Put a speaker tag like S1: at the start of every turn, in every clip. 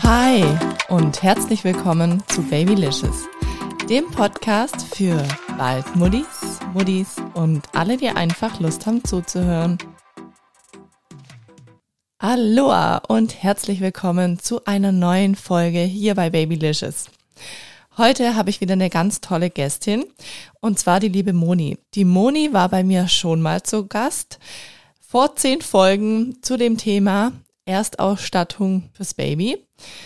S1: Hi und herzlich willkommen zu Babylicious, dem Podcast für bald Muddis und alle, die einfach Lust haben zuzuhören. Aloha und herzlich willkommen zu einer neuen Folge hier bei Babylicious. Heute habe ich wieder eine ganz tolle Gästin und zwar die liebe Moni. Die Moni war bei mir schon mal zu Gast vor 10 Folgen zu dem Thema Erstausstattung fürs Baby.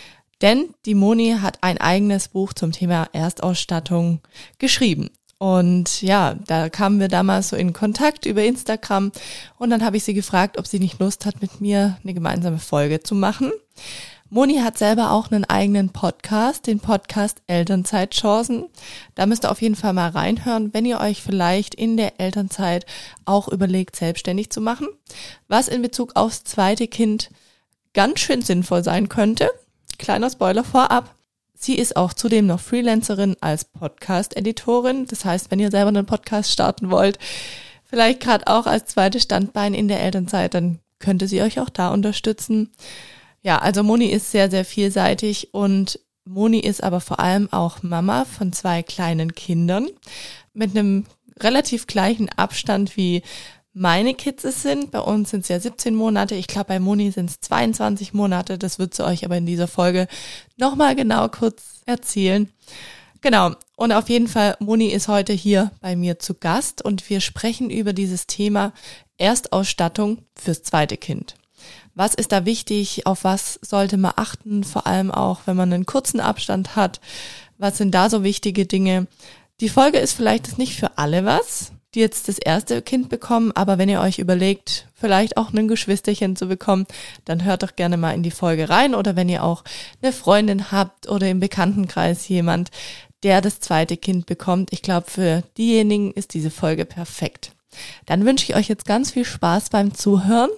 S1: Denn die Moni hat ein eigenes Buch zum Thema Erstausstattung geschrieben. Und ja, da kamen wir damals so in Kontakt über Instagram und dann habe ich sie gefragt, ob sie nicht Lust hat, mit mir eine gemeinsame Folge zu machen. Moni hat selber auch einen eigenen Podcast, den Podcast Elternzeitchancen. Da müsst ihr auf jeden Fall mal reinhören, wenn ihr euch vielleicht in der Elternzeit auch überlegt, selbstständig zu machen, was in Bezug aufs zweite Kind ganz schön sinnvoll sein könnte. Kleiner Spoiler vorab. Sie ist auch zudem noch Freelancerin als Podcast-Editorin. Das heißt, wenn ihr selber einen Podcast starten wollt, vielleicht gerade auch als zweites Standbein in der Elternzeit, dann könnte sie euch auch da unterstützen. Ja, also Moni ist sehr, sehr vielseitig und Moni ist aber vor allem auch Mama von 2 kleinen Kindern mit einem relativ gleichen Abstand wie meine Kids es sind. Bei uns sind es ja 17 Monate. Ich glaube, bei Moni sind es 22 Monate. Das wird sie euch aber in dieser Folge nochmal genau kurz erzählen. Genau. Und auf jeden Fall, Moni ist heute hier bei mir zu Gast und wir sprechen über dieses Thema Erstausstattung fürs zweite Kind. Was ist da wichtig? Auf was sollte man achten? Vor allem auch, wenn man einen kurzen Abstand hat. Was sind da so wichtige Dinge? Die Folge ist vielleicht nicht für alle was, die jetzt das erste Kind bekommen, aber wenn ihr euch überlegt, vielleicht auch ein Geschwisterchen zu bekommen, dann hört doch gerne mal in die Folge rein oder wenn ihr auch eine Freundin habt oder im Bekanntenkreis jemand, der das zweite Kind bekommt. Ich glaube, für diejenigen ist diese Folge perfekt. Dann wünsche ich euch jetzt ganz viel Spaß beim Zuhören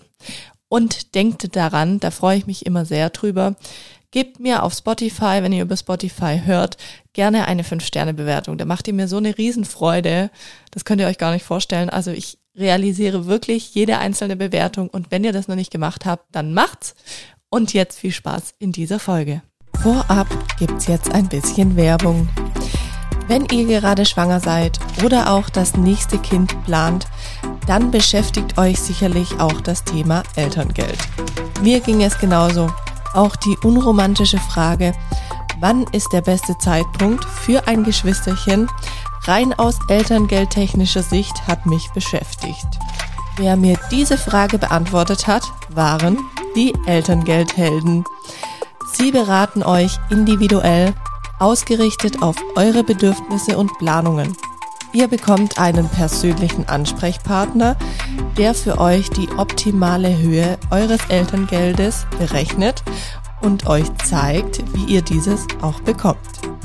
S1: und denkt daran, da freue ich mich immer sehr drüber, gebt mir auf Spotify, wenn ihr über Spotify hört, gerne eine 5-Sterne-Bewertung. Da macht ihr mir so eine Riesenfreude. Das könnt ihr euch gar nicht vorstellen. Also ich realisiere wirklich jede einzelne Bewertung. Und wenn ihr das noch nicht gemacht habt, dann macht's. Und jetzt viel Spaß in dieser Folge. Vorab gibt's jetzt ein bisschen Werbung. Wenn ihr gerade schwanger seid oder auch das nächste Kind plant, dann beschäftigt euch sicherlich auch das Thema Elterngeld. Mir ging es genauso. Auch die unromantische Frage, wann ist der beste Zeitpunkt für ein Geschwisterchen, rein aus elterngeldtechnischer Sicht, hat mich beschäftigt. Wer mir diese Frage beantwortet hat, waren die Elterngeldhelden. Sie beraten euch individuell, ausgerichtet auf eure Bedürfnisse und Planungen. Ihr bekommt einen persönlichen Ansprechpartner, der für euch die optimale Höhe eures Elterngeldes berechnet und euch zeigt, wie ihr dieses auch bekommt.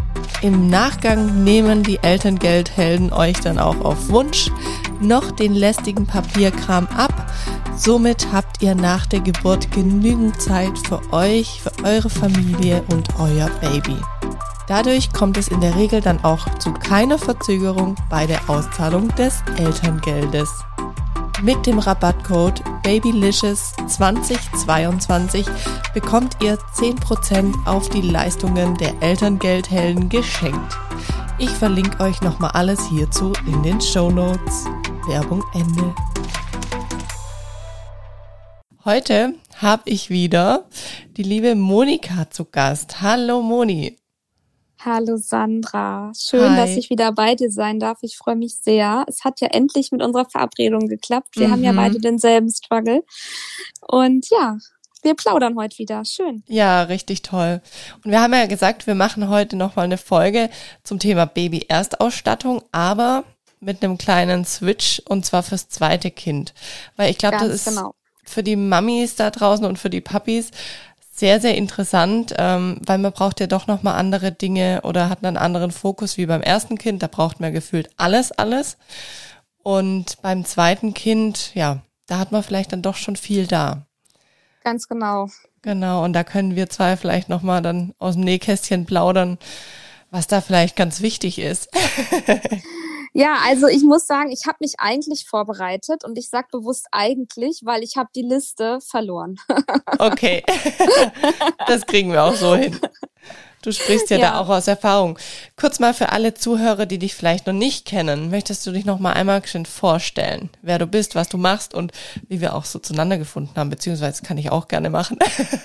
S1: Im Nachgang nehmen die Elterngeldhelden euch dann auch auf Wunsch noch den lästigen Papierkram ab. Somit habt ihr nach der Geburt genügend Zeit für euch, für eure Familie und euer Baby. Dadurch kommt es in der Regel dann auch zu keiner Verzögerung bei der Auszahlung des Elterngeldes. Mit dem Rabattcode Babylicious2022 bekommt ihr 10% auf die Leistungen der Elterngeldhelden geschenkt. Ich verlinke euch nochmal alles hierzu in den Shownotes. Werbung Ende. Heute habe ich wieder die liebe Monika zu Gast. Hallo Moni.
S2: Hallo Sandra, schön, dass ich wieder bei dir sein darf. Ich freue mich sehr. Es hat ja endlich mit unserer Verabredung geklappt. Wir haben ja beide denselben Struggle. Und ja, wir plaudern heute wieder. Schön.
S1: Ja, richtig toll. Und wir haben ja gesagt, wir machen heute nochmal eine Folge zum Thema Baby-Erstausstattung, aber mit einem kleinen Switch und zwar fürs zweite Kind. Weil ich glaube, das ist für die Mamis da draußen und für die Papis sehr, sehr interessant, weil man braucht ja doch nochmal andere Dinge oder hat einen anderen Fokus wie beim ersten Kind. Da braucht man gefühlt alles. Und beim zweiten Kind, ja, da hat man vielleicht dann doch schon viel da.
S2: Ganz genau.
S1: Genau, und da können wir zwei vielleicht nochmal dann aus dem Nähkästchen plaudern, was da vielleicht ganz wichtig ist.
S2: Ja, also ich muss sagen, ich habe mich eigentlich vorbereitet und ich sage bewusst eigentlich, weil ich habe die Liste verloren.
S1: Okay, das kriegen wir auch so hin. Du sprichst ja da auch aus Erfahrung. Kurz mal für alle Zuhörer, die dich vielleicht noch nicht kennen, möchtest du dich noch mal einmal schön vorstellen, wer du bist, was du machst und wie wir auch so zueinander gefunden haben, beziehungsweise kann ich auch gerne machen.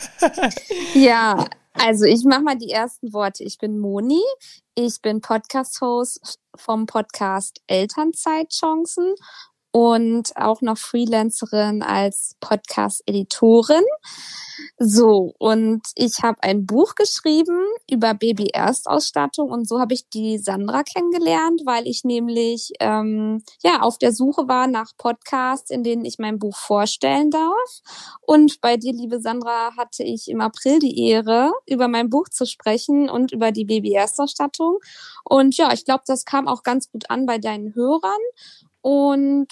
S2: Ja, also ich mache mal die ersten Worte. Ich bin Moni, ich bin Podcast-Host vom Podcast Elternzeitchancen und auch noch Freelancerin als Podcast-Editorin. So, und ich habe ein Buch geschrieben über Baby-Erstausstattung und so habe ich die Sandra kennengelernt, weil ich nämlich auf der Suche war nach Podcasts, in denen ich mein Buch vorstellen darf. Und bei dir, liebe Sandra, hatte ich im April die Ehre, über mein Buch zu sprechen und über die Baby-Erstausstattung. Und ja, ich glaube, das kam auch ganz gut an bei deinen Hörern. Und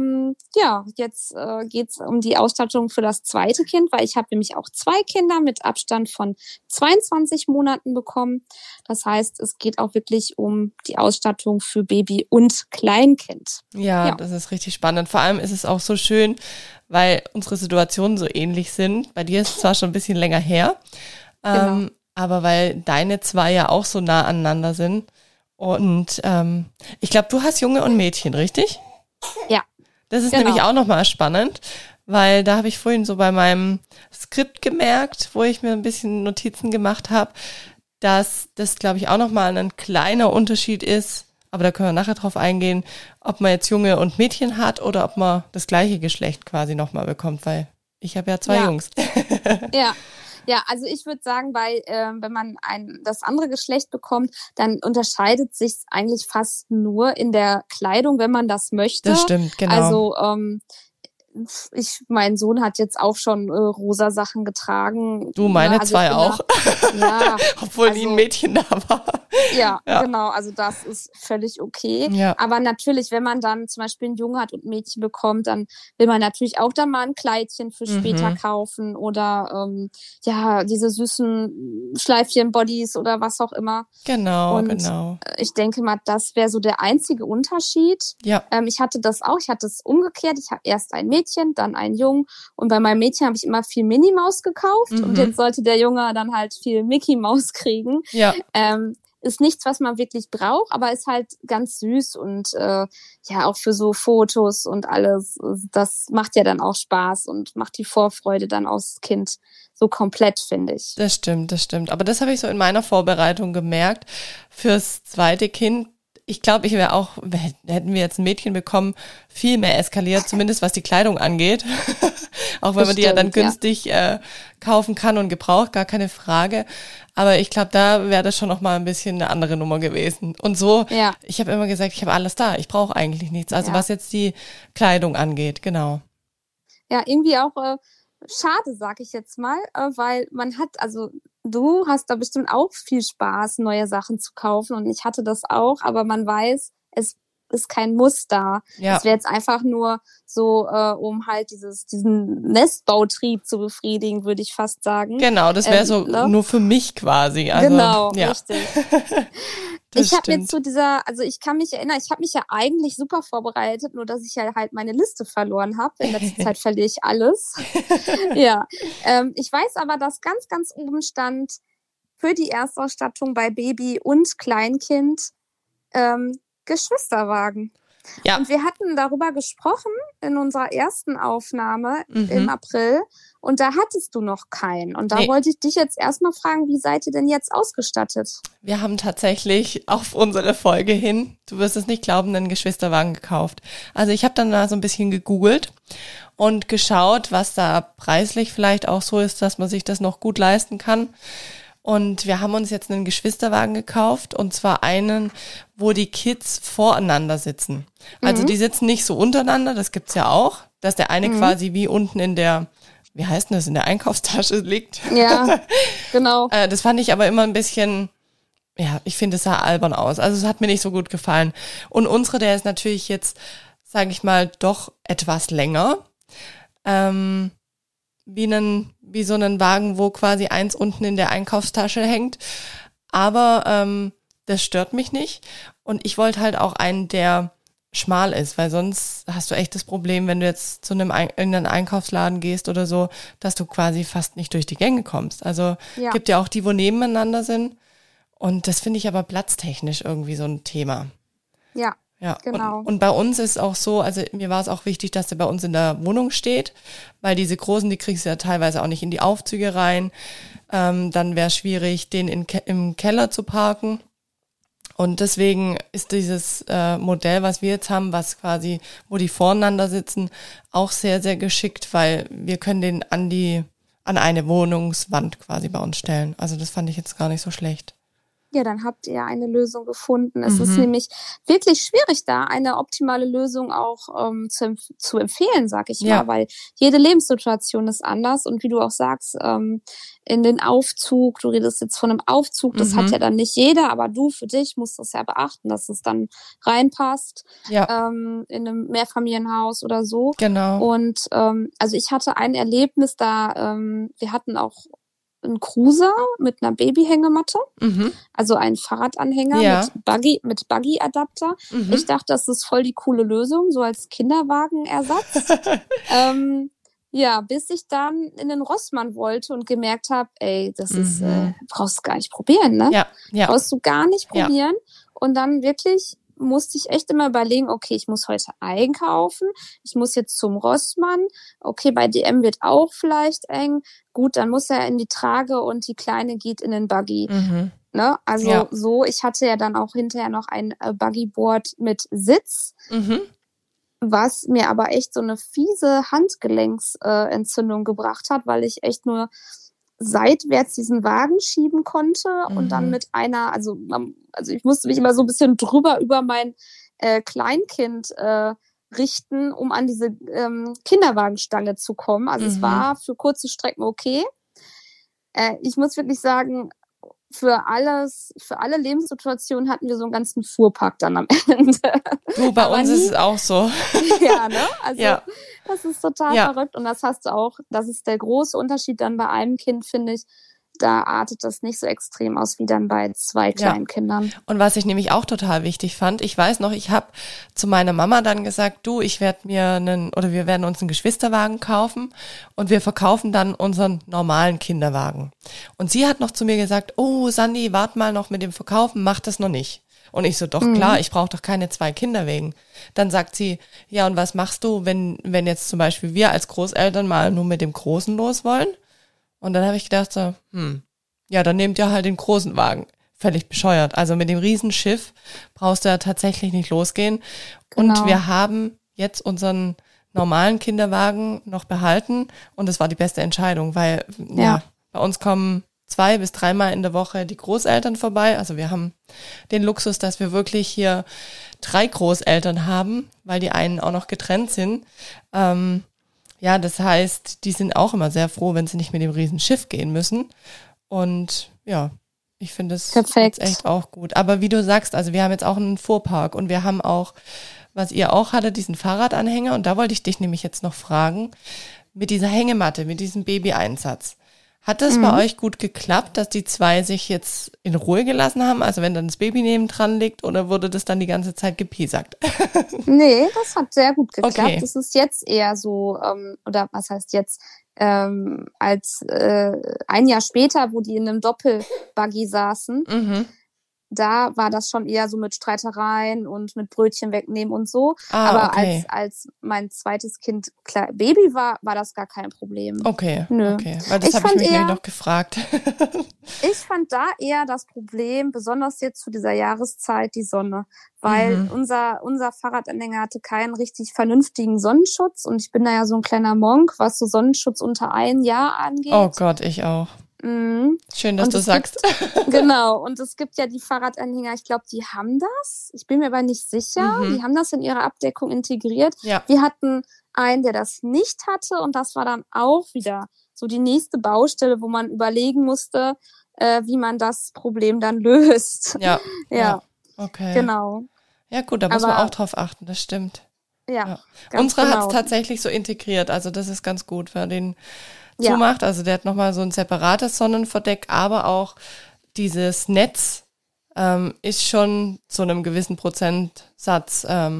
S2: jetzt geht's um die Ausstattung für das zweite Kind, weil ich habe nämlich auch 2 Kinder mit Abstand von 22 Monaten bekommen. Das heißt, es geht auch wirklich um die Ausstattung für Baby und Kleinkind.
S1: Ja, das ist richtig spannend. Vor allem ist es auch so schön, weil unsere Situationen so ähnlich sind. Bei dir ist es zwar schon ein bisschen länger her,
S2: Genau.
S1: aber weil deine 2 ja auch so nah aneinander sind. Und ich glaube, du hast Junge und Mädchen, richtig?
S2: Ja.
S1: Das ist nämlich auch nochmal spannend, weil da habe ich vorhin so bei meinem Skript gemerkt, wo ich mir ein bisschen Notizen gemacht habe, dass das, glaube ich, auch nochmal ein kleiner Unterschied ist, aber da können wir nachher drauf eingehen, ob man jetzt Junge und Mädchen hat oder ob man das gleiche Geschlecht quasi nochmal bekommt, weil ich habe ja 2 Jungs.
S2: Ja. Ja, also ich würde sagen, wenn man das andere Geschlecht bekommt, dann unterscheidet sich eigentlich fast nur in der Kleidung, wenn man das möchte.
S1: Das stimmt, genau.
S2: Also mein Sohn hat jetzt auch schon rosa Sachen getragen.
S1: Du, meine 2 auch.
S2: Ja.
S1: Obwohl nie ein Mädchen da war.
S2: Ja, genau. Also das ist völlig okay.
S1: Ja.
S2: Aber natürlich, wenn man dann zum Beispiel einen Jungen hat und ein Mädchen bekommt, dann will man natürlich auch dann mal ein Kleidchen für später kaufen oder diese süßen Schleifchen-Bodies oder was auch immer.
S1: Genau,
S2: und
S1: genau.
S2: Ich denke mal, das wäre so der einzige Unterschied.
S1: Ja.
S2: Ich hatte das auch. Ich hatte es umgekehrt. Ich habe erst ein Mädchen, dann einen Jungen. Und bei meinem Mädchen habe ich immer viel Minnie Maus gekauft. Und jetzt sollte der Junge dann halt viel Mickey Maus kriegen.
S1: Ja.
S2: Ist nichts, was man wirklich braucht, aber ist halt ganz süß und auch für so Fotos und alles. Das macht ja dann auch Spaß und macht die Vorfreude dann aufs Kind so komplett, finde ich.
S1: Das stimmt. Aber das habe ich so in meiner Vorbereitung gemerkt. Fürs zweite Kind, ich glaube, ich wäre auch, hätten wir jetzt ein Mädchen bekommen, viel mehr eskaliert, zumindest was die Kleidung angeht. Auch wenn man die ja dann günstig kaufen kann und gebraucht, gar keine Frage. Aber ich glaube, da wäre das schon noch mal ein bisschen eine andere Nummer gewesen. Und so, ich habe immer gesagt, ich habe alles da, ich brauche eigentlich nichts. Also was jetzt die Kleidung angeht, genau.
S2: Ja, irgendwie auch schade, sag ich jetzt mal, weil man hat, also du hast da bestimmt auch viel Spaß, neue Sachen zu kaufen und ich hatte das auch, aber man weiß, es ist kein Muss da.
S1: Ja.
S2: Es wäre jetzt einfach nur so, um halt diesen Nestbautrieb zu befriedigen, würde ich fast sagen.
S1: Genau, das wäre so nur für mich quasi. Also,
S2: genau, richtig. Ich habe
S1: stimmt.
S2: jetzt ich kann mich erinnern, ich habe mich ja eigentlich super vorbereitet, nur dass ich ja halt meine Liste verloren habe. In letzter Zeit verliere ich alles. Ja, ich weiß aber, dass ganz, ganz oben stand für die Erstausstattung bei Baby und Kleinkind Geschwisterwagen.
S1: Ja.
S2: Und wir hatten darüber gesprochen in unserer ersten Aufnahme im April und da hattest du noch keinen. Und da wollte ich dich jetzt erstmal fragen, wie seid ihr denn jetzt ausgestattet?
S1: Wir haben tatsächlich auf unsere Folge hin, du wirst es nicht glauben, einen Geschwisterwagen gekauft. Also ich habe dann da so ein bisschen gegoogelt und geschaut, was da preislich vielleicht auch so ist, dass man sich das noch gut leisten kann. Und wir haben uns jetzt einen Geschwisterwagen gekauft und zwar einen, wo die Kids voreinander sitzen. Also die sitzen nicht so untereinander, das gibt's ja auch, dass der eine quasi wie unten in der, wie heißt denn das, in der Einkaufstasche liegt.
S2: Ja, genau.
S1: Das fand ich aber immer ein bisschen, ja, ich finde, es sah albern aus. Also es hat mir nicht so gut gefallen. Und unsere, der ist natürlich jetzt, sage ich mal, doch etwas länger. Wie so einen Wagen, wo quasi eins unten in der Einkaufstasche hängt. Aber das stört mich nicht. Und ich wollte halt auch einen, der schmal ist, weil sonst hast du echt das Problem, wenn du jetzt zu in einen Einkaufsladen gehst oder so, dass du quasi fast nicht durch die Gänge kommst. Also gibt ja auch die, wo nebeneinander sind. Und das finde ich aber platztechnisch irgendwie so ein Thema.
S2: Ja,
S1: ja.
S2: Genau.
S1: Und bei uns ist auch so, also mir war es auch wichtig, dass der bei uns in der Wohnung steht, weil diese großen, die kriegst du ja teilweise auch nicht in die Aufzüge rein. Dann wäre es schwierig, den im Keller zu parken. Und deswegen ist dieses Modell, was wir jetzt haben, was quasi, wo die voreinander sitzen, auch sehr, sehr geschickt, weil wir können den an eine Wohnungswand quasi bei uns stellen. Also das fand ich jetzt gar nicht so schlecht.
S2: Ja, dann habt ihr eine Lösung gefunden. Es ist nämlich wirklich schwierig, da eine optimale Lösung auch zu empfehlen, sag ich mal, weil jede Lebenssituation ist anders und wie du auch sagst, in den Aufzug, du redest jetzt von einem Aufzug, das hat ja dann nicht jeder, aber du für dich musst das ja beachten, dass es dann reinpasst in einem Mehrfamilienhaus oder so.
S1: Genau.
S2: Und also ich hatte ein Erlebnis da, wir hatten auch ein Cruiser mit einer Babyhängematte, also ein Fahrradanhänger mit Buggy-Adapter. Ich dachte, das ist voll die coole Lösung, so als Kinderwagenersatz. Bis ich dann in den Rossmann wollte und gemerkt habe, ey, das ist, brauchst du gar nicht probieren, ne?
S1: Ja.
S2: Brauchst du gar nicht probieren. Und dann wirklich musste ich echt immer überlegen, okay, ich muss heute einkaufen, ich muss jetzt zum Rossmann, okay, bei DM wird auch vielleicht eng, gut, dann muss er in die Trage und die Kleine geht in den Buggy. Ne? Also so, ich hatte ja dann auch hinterher noch ein Buggyboard mit Sitz, was mir aber echt so eine fiese Handgelenksentzündung gebracht hat, weil ich echt nur seitwärts diesen Wagen schieben konnte und dann mit einer, also ich musste mich immer so ein bisschen drüber über mein Kleinkind richten, um an diese Kinderwagenstange zu kommen. Also es war für kurze Strecken okay. Ich muss wirklich sagen, für alle Lebenssituationen hatten wir so einen ganzen Fuhrpark dann am Ende.
S1: Du, bei uns ist es auch so.
S2: Ja, ne? Also das ist total verrückt und das hast du auch, das ist der große Unterschied dann bei einem Kind, finde ich. Da artet das nicht so extrem aus wie dann bei 2 kleinen Kindern.
S1: Und was ich nämlich auch total wichtig fand, ich weiß noch, ich habe zu meiner Mama dann gesagt, du, wir werden uns einen Geschwisterwagen kaufen und wir verkaufen dann unseren normalen Kinderwagen. Und sie hat noch zu mir gesagt, oh Sandy, wart mal noch mit dem Verkaufen, mach das noch nicht. Und ich so, doch klar, ich brauche doch keine 2 Kinderwegen. Dann sagt sie, ja und was machst du, wenn jetzt zum Beispiel wir als Großeltern mal nur mit dem Großen los wollen? Und dann habe ich gedacht so, dann nehmt ihr halt den großen Wagen. Völlig bescheuert. Also mit dem Riesenschiff brauchst du ja tatsächlich nicht losgehen. Genau. Und wir haben jetzt unseren normalen Kinderwagen noch behalten und das war die beste Entscheidung, weil bei uns kommen 2 bis 3 Mal in der Woche die Großeltern vorbei. Also wir haben den Luxus, dass wir wirklich hier 3 Großeltern haben, weil die einen auch noch getrennt sind. Das heißt, die sind auch immer sehr froh, wenn sie nicht mit dem Riesenschiff gehen müssen. Und ich finde es jetzt echt auch gut. Aber wie du sagst, also wir haben jetzt auch einen Fuhrpark und wir haben auch, was ihr auch hattet, diesen Fahrradanhänger. Und da wollte ich dich nämlich jetzt noch fragen, mit dieser Hängematte, mit diesem Babyeinsatz. Hat das bei euch gut geklappt, dass die 2 sich jetzt in Ruhe gelassen haben? Also wenn dann das Baby nebendran liegt oder wurde das dann die ganze Zeit gepiesackt?
S2: Nee, das hat sehr gut geklappt. Okay. Das ist jetzt eher so, oder was heißt jetzt, als ein Jahr später, wo die in einem Doppelbuggy saßen, da war das schon eher so mit Streitereien und mit Brötchen wegnehmen und so. Aber als mein zweites Kind Baby war das gar kein Problem.
S1: Okay, nö. Okay. Weil das habe ich mich nämlich noch gefragt.
S2: Ich fand da eher das Problem, besonders jetzt zu dieser Jahreszeit, die Sonne. Weil unser Fahrradanhänger hatte keinen richtig vernünftigen Sonnenschutz und ich bin da ja so ein kleiner Monk, was so Sonnenschutz unter 1 Jahr angeht.
S1: Oh Gott, ich auch. Schön, dass du sagst.
S2: Genau, und es gibt ja die Fahrradanhänger, ich glaube, die haben das. Ich bin mir aber nicht sicher. Die haben das in ihre Abdeckung integriert. Ja. Wir hatten einen, der das nicht hatte und das war dann auch wieder so die nächste Baustelle, wo man überlegen musste, wie man das Problem dann löst. Ja.
S1: Okay.
S2: Genau.
S1: Ja gut, da muss man auch drauf achten, das stimmt.
S2: Ja.
S1: Unsere hat es tatsächlich so integriert, also das ist ganz gut, wer den zumacht. Also der hat nochmal so ein separates Sonnenverdeck, aber auch dieses Netz ist schon zu einem gewissen Prozentsatz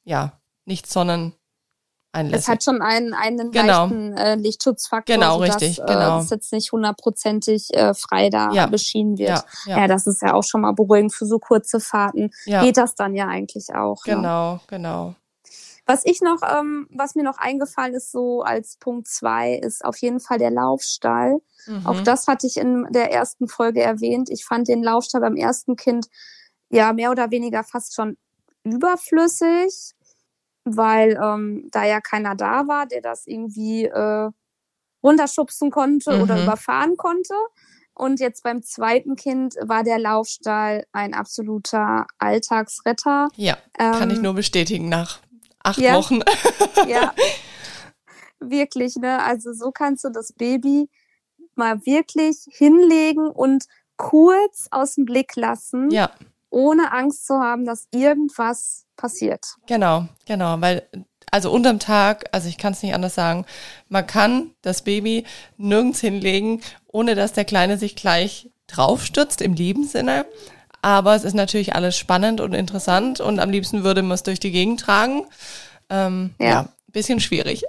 S1: nicht Sonnen
S2: Es hat schon einen leichten Lichtschutzfaktor,
S1: genau, richtig, genau.
S2: Das jetzt nicht hundertprozentig frei da beschienen wird.
S1: Ja,
S2: das ist ja auch schon mal beruhigend für so kurze Fahrten. Geht das dann ja eigentlich auch.
S1: Genau.
S2: Was mir noch eingefallen ist, so als Punkt 2, ist auf jeden Fall der Laufstall. Auch das hatte ich in der ersten Folge erwähnt. Ich fand den Laufstall beim ersten Kind mehr oder weniger fast schon überflüssig, weil da ja keiner da war, der das irgendwie runterschubsen konnte oder überfahren konnte. Und jetzt beim zweiten Kind war der Laufstall ein absoluter Alltagsretter.
S1: Ja, kann ich nur bestätigen nach 8 Wochen.
S2: Ja, wirklich, ne? Also so kannst du das Baby mal wirklich hinlegen und kurz aus dem Blick lassen. Ja. Ohne Angst zu haben, dass irgendwas passiert.
S1: Genau, weil, also unterm Tag, also ich kann es nicht anders sagen, man kann das Baby nirgends hinlegen, ohne dass der Kleine sich gleich draufstürzt im lieben Sinne. Aber es ist natürlich alles spannend und interessant und am liebsten würde man es durch die Gegend tragen. Bisschen schwierig.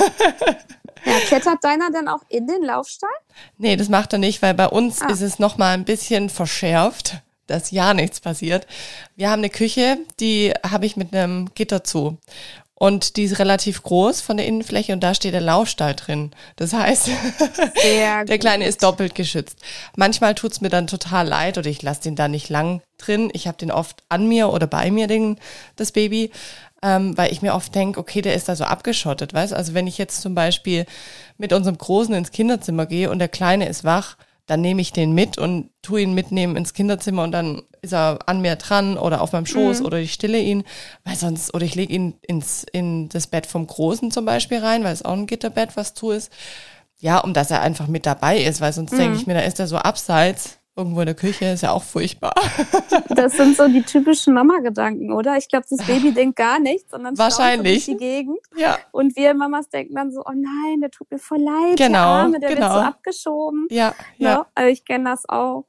S2: Ja, klettert deiner denn auch in den Laufstall?
S1: Nee, das macht er nicht, weil bei uns ist es nochmal ein bisschen verschärft, dass ja nichts passiert. Wir haben eine Küche, die habe ich mit einem Gitter zu. Und die ist relativ groß von der Innenfläche und da steht der Laufstall drin. Das heißt, der Kleine ist doppelt geschützt. Manchmal tut's mir dann total leid oder ich lasse den da nicht lang drin. Ich habe den oft an mir oder bei mir, das Baby, weil ich mir oft denke, okay, der ist da so abgeschottet, weißt? Also wenn ich jetzt zum Beispiel mit unserem Großen ins Kinderzimmer gehe und der Kleine ist wach, dann nehme ich den mit und tue ihn mitnehmen ins Kinderzimmer und dann ist er an mir dran oder auf meinem Schoß oder ich stille ihn, weil sonst, oder ich lege ihn in das Bett vom Großen zum Beispiel rein, weil es auch ein Gitterbett, was zu ist. Ja, um dass er einfach mit dabei ist, weil sonst denke ich mir, da ist er so abseits, irgendwo in der Küche, ist ja auch furchtbar.
S2: Das sind so die typischen Mama-Gedanken, oder? Ich glaube, das Baby denkt gar nichts, sondern
S1: wahrscheinlich
S2: durch die Gegend.
S1: Ja.
S2: Und wir Mamas denken dann so, oh nein, der tut mir voll leid,
S1: genau,
S2: der Arme, der wird so abgeschoben.
S1: Ja.
S2: Also ich kenne das auch.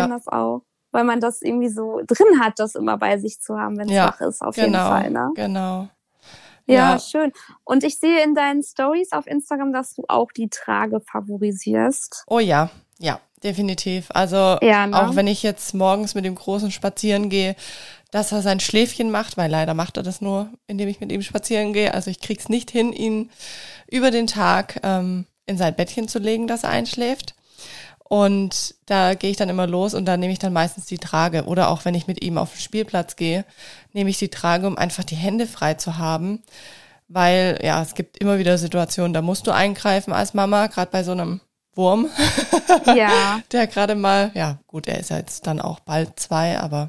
S2: Weil man das irgendwie so drin hat, das immer bei sich zu haben, wenn es wach ist, auf jeden Fall. Ne?
S1: Genau.
S2: Ja, schön. Und ich sehe in deinen Stories auf Instagram, dass du auch die Trage favorisierst.
S1: Oh ja, definitiv. Also auch wenn ich jetzt morgens mit dem Großen spazieren gehe, dass er sein Schläfchen macht, weil leider macht er das nur, indem ich mit ihm spazieren gehe. Also ich krieg's nicht hin, ihn über den Tag in sein Bettchen zu legen, dass er einschläft. Und da gehe ich dann immer los und da nehme ich dann meistens die Trage. Oder auch wenn ich mit ihm auf den Spielplatz gehe, nehme ich die Trage, um einfach die Hände frei zu haben. Weil es gibt immer wieder Situationen, da musst du eingreifen als Mama, gerade bei so einem Wurm.
S2: Ja.
S1: Der gerade mal, gut, er ist ja jetzt dann auch bald 2, aber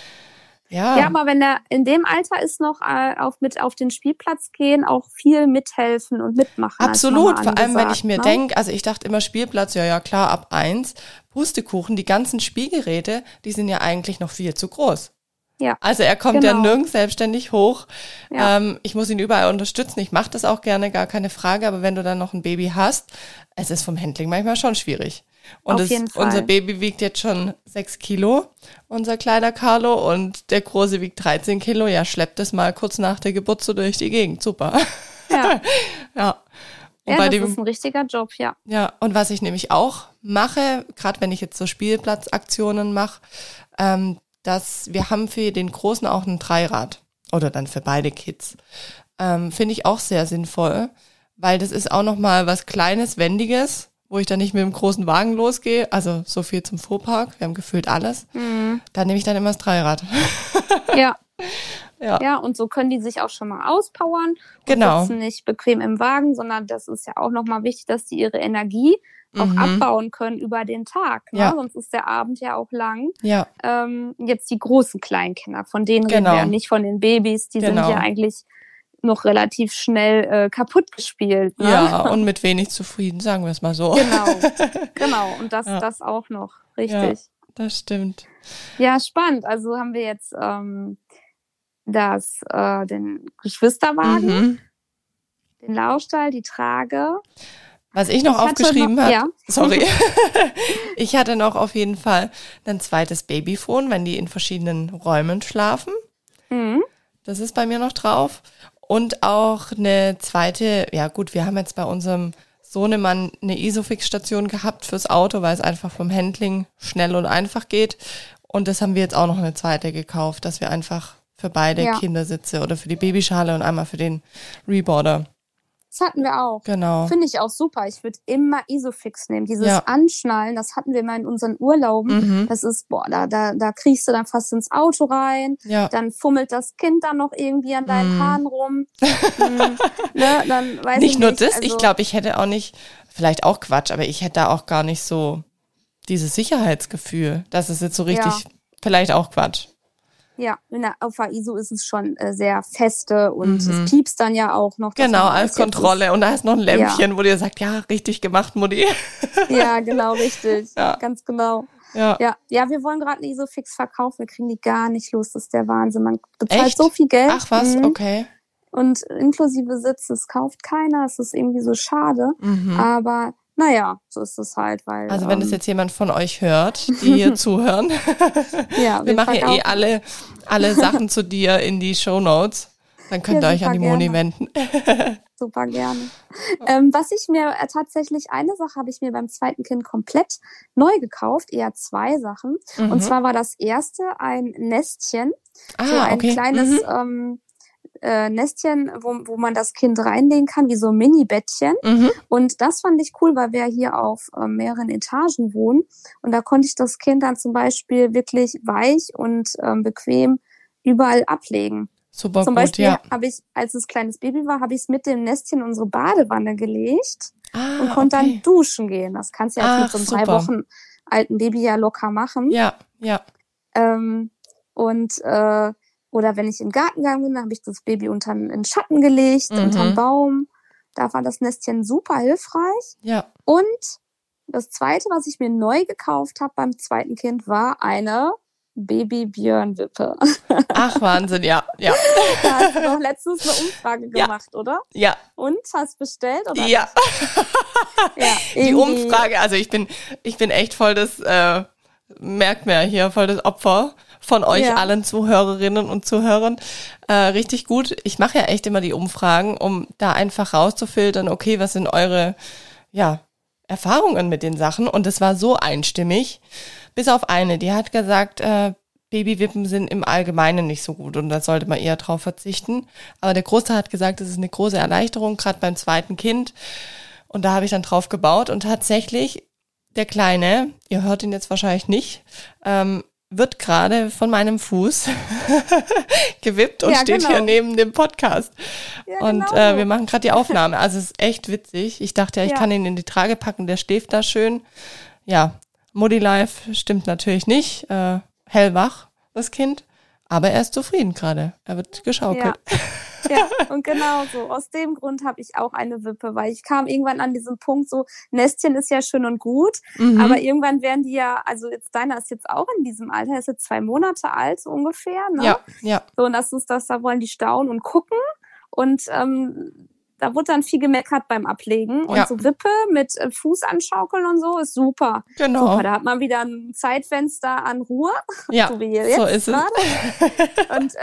S2: Ja, aber wenn er in dem Alter ist, noch auf den Spielplatz gehen, auch viel mithelfen und mitmachen.
S1: Absolut, vor allem wenn ich mir denke, also ich dachte immer Spielplatz, ja klar, ab 1, Pustekuchen, die ganzen Spielgeräte, die sind ja eigentlich noch viel zu groß.
S2: Ja.
S1: Also er kommt ja nirgends selbstständig hoch. Ja. Ich muss ihn überall unterstützen. Ich mache das auch gerne, gar keine Frage. Aber wenn du dann noch ein Baby hast, es ist vom Handling manchmal schon schwierig. Und unser Baby wiegt jetzt schon 6 Kilo, unser kleiner Carlo. Und der Große wiegt 13 Kilo. Ja, schleppt es mal kurz nach der Geburt so durch die Gegend. Super.
S2: Ja.
S1: Ja.
S2: Und das ist ein richtiger Job, ja.
S1: Ja, und was ich nämlich auch mache, gerade wenn ich jetzt so Spielplatzaktionen mache, dass wir haben für den Großen auch ein Dreirad oder dann für beide Kids. Finde ich auch sehr sinnvoll, weil das ist auch nochmal was Kleines, Wendiges, wo ich dann nicht mit dem großen Wagen losgehe. Also so viel zum Fuhrpark, wir haben gefühlt alles. Da nehme ich dann immer das Dreirad.
S2: Ja. Ja, und so können die sich auch schon mal auspowern und sitzen nicht bequem im Wagen, sondern das ist ja auch nochmal wichtig, dass die ihre Energie auch abbauen können über den Tag. Ne?
S1: Ja.
S2: Sonst ist der Abend ja auch lang.
S1: Ja.
S2: Jetzt die großen Kleinkinder, von denen reden wir ja nicht von den Babys, die sind ja eigentlich noch relativ schnell kaputt gespielt. Ne?
S1: Ja, und mit wenig zufrieden, sagen wir es mal so.
S2: Genau. Und das auch noch, richtig.
S1: Ja, das stimmt.
S2: Ja, spannend. Also haben wir jetzt den Geschwisterwagen, den Laufstall, die Trage.
S1: Was ich noch aufgeschrieben habe, sorry, ich hatte noch auf jeden Fall ein zweites Babyphone, wenn die in verschiedenen Räumen schlafen. Das ist bei mir noch drauf. Und auch eine zweite, ja gut, wir haben jetzt bei unserem Sohnemann eine Isofix-Station gehabt fürs Auto, weil es einfach vom Handling schnell und einfach geht. Und das haben wir jetzt auch noch eine zweite gekauft, dass wir einfach für beide Kindersitze oder für die Babyschale und einmal für den Reboarder.
S2: Das hatten wir auch.
S1: Genau.
S2: Finde ich auch super. Ich würde immer Isofix nehmen. Dieses Anschnallen, das hatten wir mal in unseren Urlauben. Das ist, da kriegst du dann fast ins Auto rein.
S1: Ja.
S2: Dann fummelt das Kind dann noch irgendwie an deinen Haaren rum. Ne, dann weiß
S1: nicht
S2: ich
S1: nur
S2: nicht.
S1: das,
S2: Also,
S1: ich glaube, ich hätte auch nicht, vielleicht auch Quatsch, aber ich hätte da auch gar nicht so dieses Sicherheitsgefühl. Das ist jetzt so richtig, vielleicht auch Quatsch.
S2: Ja, auf der ISO ist es schon sehr feste und es piepst dann ja auch noch.
S1: Genau, als Kontrolle. Und da ist noch ein Lämpchen, wo dir sagt, ja, richtig gemacht, Mutti.
S2: Ja, genau, richtig.
S1: Ja.
S2: Ganz genau.
S1: Ja,
S2: wir wollen gerade eine Isofix verkaufen. Wir kriegen die gar nicht los. Das ist der Wahnsinn. Man bezahlt
S1: echt?
S2: So viel Geld.
S1: Ach was, okay.
S2: Und inklusive Sitz, das kauft keiner. Es ist irgendwie so schade. Aber naja, so ist es halt, weil.
S1: Also wenn das jetzt jemand von euch hört, die hier zuhören, wir machen ja alle Sachen zu dir in die Shownotes, dann könnt ihr euch an die Moni wenden.
S2: Super gerne. Was ich mir tatsächlich, eine Sache habe ich mir beim zweiten Kind komplett neu gekauft, eher zwei Sachen. Und zwar war das erste ein Nestchen, so ein kleines Nestchen, wo man das Kind reinlegen kann, wie so ein Mini-Bettchen. Und das fand ich cool, weil wir hier auf mehreren Etagen wohnen. Und da konnte ich das Kind dann zum Beispiel wirklich weich und bequem überall ablegen.
S1: Super
S2: zum
S1: gut,
S2: Beispiel habe ich, als es kleines Baby war, habe ich es mit dem Nestchen in unsere Badewanne gelegt und konnte dann duschen gehen. Das kannst du ja mit so einem 3 Wochen alten Baby ja locker machen.
S1: Ja.
S2: Oder wenn ich in den Garten gegangen bin, dann habe ich das Baby unter den Schatten gelegt, unter einen Baum. Da war das Nestchen super hilfreich.
S1: Ja.
S2: Und das Zweite, was ich mir neu gekauft habe beim zweiten Kind, war eine Baby-Björn-Wippe.
S1: Ach, Wahnsinn, ja.
S2: Da hast du doch letztens eine Umfrage gemacht, oder?
S1: Ja.
S2: Und? Hast bestellt, oder?
S1: Ja. Die Umfrage, also ich bin echt voll das, merkt man ja hier, voll das Opfer von euch allen Zuhörerinnen und Zuhörern. Richtig gut. Ich mache ja echt immer die Umfragen, um da einfach rauszufiltern, okay, was sind eure Erfahrungen mit den Sachen? Und es war so einstimmig, bis auf eine, die hat gesagt, Babywippen sind im Allgemeinen nicht so gut und da sollte man eher drauf verzichten. Aber der Großteil hat gesagt, es ist eine große Erleichterung, gerade beim zweiten Kind. Und da habe ich dann drauf gebaut und tatsächlich der Kleine, ihr hört ihn jetzt wahrscheinlich nicht, wird gerade von meinem Fuß gewippt und steht hier neben dem Podcast. Ja, und wir machen gerade die Aufnahme. Also es ist echt witzig. Ich dachte ja, ich kann ihn in die Trage packen, der schläft da schön. Ja, Mutti Life stimmt natürlich nicht. Hellwach, das Kind. Aber er ist zufrieden gerade. Er wird geschaukelt.
S2: Ja, und genau so. Aus dem Grund habe ich auch eine Wippe, weil ich kam irgendwann an diesen Punkt so, Nestchen ist ja schön und gut, aber irgendwann werden die ja, also jetzt deiner ist jetzt auch in diesem Alter, ist jetzt 2 Monate alt so ungefähr, ne?
S1: Ja.
S2: So, und das ist das, da wollen die staunen und gucken und da wurde dann viel gemeckert beim Ablegen. Und so Wippe mit Fuß anschaukeln und so ist super.
S1: Genau.
S2: Super, da hat man wieder ein Zeitfenster an Ruhe.
S1: Ja,
S2: so wie jetzt
S1: so ist
S2: grade. Und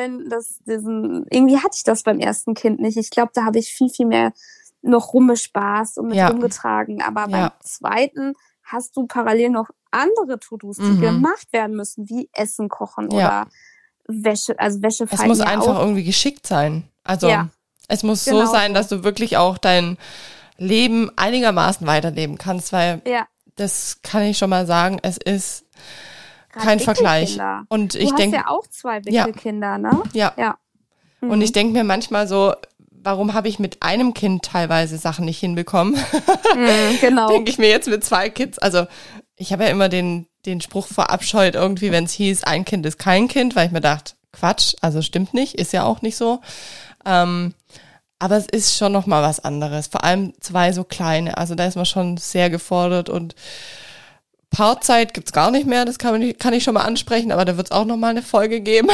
S2: irgendwie hatte ich das beim ersten Kind nicht. Ich glaube, da habe ich viel, viel mehr noch rumgespaßt und mit rumgetragen. Aber beim zweiten hast du parallel noch andere To-Dos, die gemacht werden müssen, wie Essen kochen oder Wäsche, also Wäsche falten.
S1: Es muss einfach irgendwie geschickt sein. Also es muss so sein, dass du wirklich auch dein Leben einigermaßen weiterleben kannst, weil das kann ich schon mal sagen, es ist kein Vergleich. Und ich denke,
S2: du hast ja auch 2 Wickelkinder, ne?
S1: Ja. Und ich denke mir manchmal so, warum habe ich mit einem Kind teilweise Sachen nicht hinbekommen?
S2: Genau.
S1: Denke ich mir jetzt mit 2 Kids. Also ich habe ja immer den Spruch verabscheut irgendwie, wenn es hieß, ein Kind ist kein Kind, weil ich mir dachte, Quatsch, also stimmt nicht, ist ja auch nicht so. Aber es ist schon noch mal was anderes. Vor allem 2 so kleine. Also da ist man schon sehr gefordert und Paarzeit gibt's gar nicht mehr. Das kann ich schon mal ansprechen, aber da wird's auch noch mal eine Folge geben.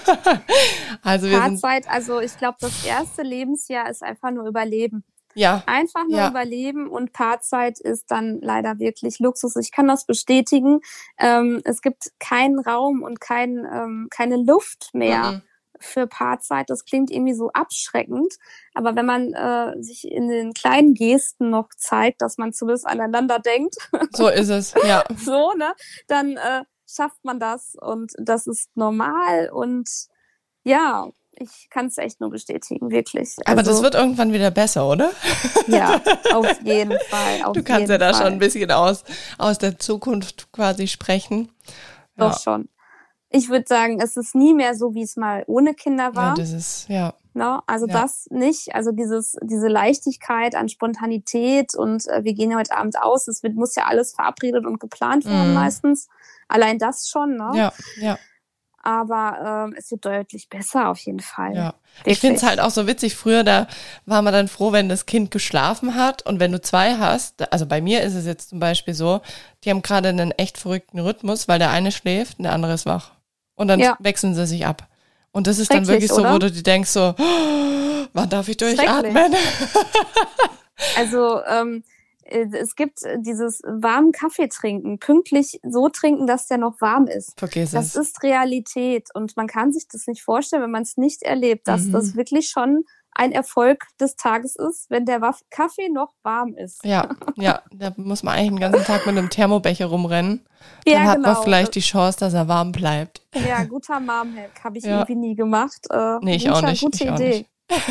S2: Paarzeit, also ich glaube, das erste Lebensjahr ist einfach nur Überleben.
S1: Ja.
S2: Einfach nur überleben und Paarzeit ist dann leider wirklich Luxus. Ich kann das bestätigen. Es gibt keinen Raum und keine Luft mehr. für Paarzeit, das klingt irgendwie so abschreckend, aber wenn man sich in den kleinen Gesten noch zeigt, dass man zumindest aneinander denkt,
S1: so ist es, ja.
S2: so, ne, dann schafft man das und das ist normal und ja, ich kann es echt nur bestätigen, wirklich.
S1: Aber das wird irgendwann wieder besser, oder?
S2: Ja, auf jeden Fall.
S1: Du kannst ja da schon ein bisschen aus der Zukunft quasi sprechen.
S2: Doch schon. Ich würde sagen, es ist nie mehr so, wie es mal ohne Kinder war.
S1: Ja, das ist, ja.
S2: No, also das nicht, also diese Leichtigkeit an Spontanität und wir gehen ja heute Abend aus, muss ja alles verabredet und geplant werden meistens. Allein das schon, ne?
S1: Ja, ja.
S2: Aber es wird deutlich besser auf jeden Fall.
S1: Ja. Ich finde es halt auch so witzig, früher, da war man dann froh, wenn das Kind geschlafen hat und wenn du 2 hast, also bei mir ist es jetzt zum Beispiel so, die haben gerade einen echt verrückten Rhythmus, weil der eine schläft und der andere ist wach. Und dann wechseln sie sich ab. Und das ist dann wirklich so, wo du dir denkst so, oh, wann darf ich durchatmen?
S2: Also es gibt dieses warmen Kaffee trinken, pünktlich so trinken, dass der noch warm ist.
S1: Vergiss
S2: das ist Realität und man kann sich das nicht vorstellen, wenn man es nicht erlebt, dass das wirklich schon ein Erfolg des Tages ist, wenn der Kaffee noch warm ist.
S1: Ja, da muss man eigentlich den ganzen Tag mit einem Thermobecher rumrennen. Dann hat man vielleicht die Chance, dass er warm bleibt.
S2: Ja, guter Mom-Hack habe ich irgendwie nie gemacht.
S1: Nee, ich auch nicht.
S2: Gute Idee.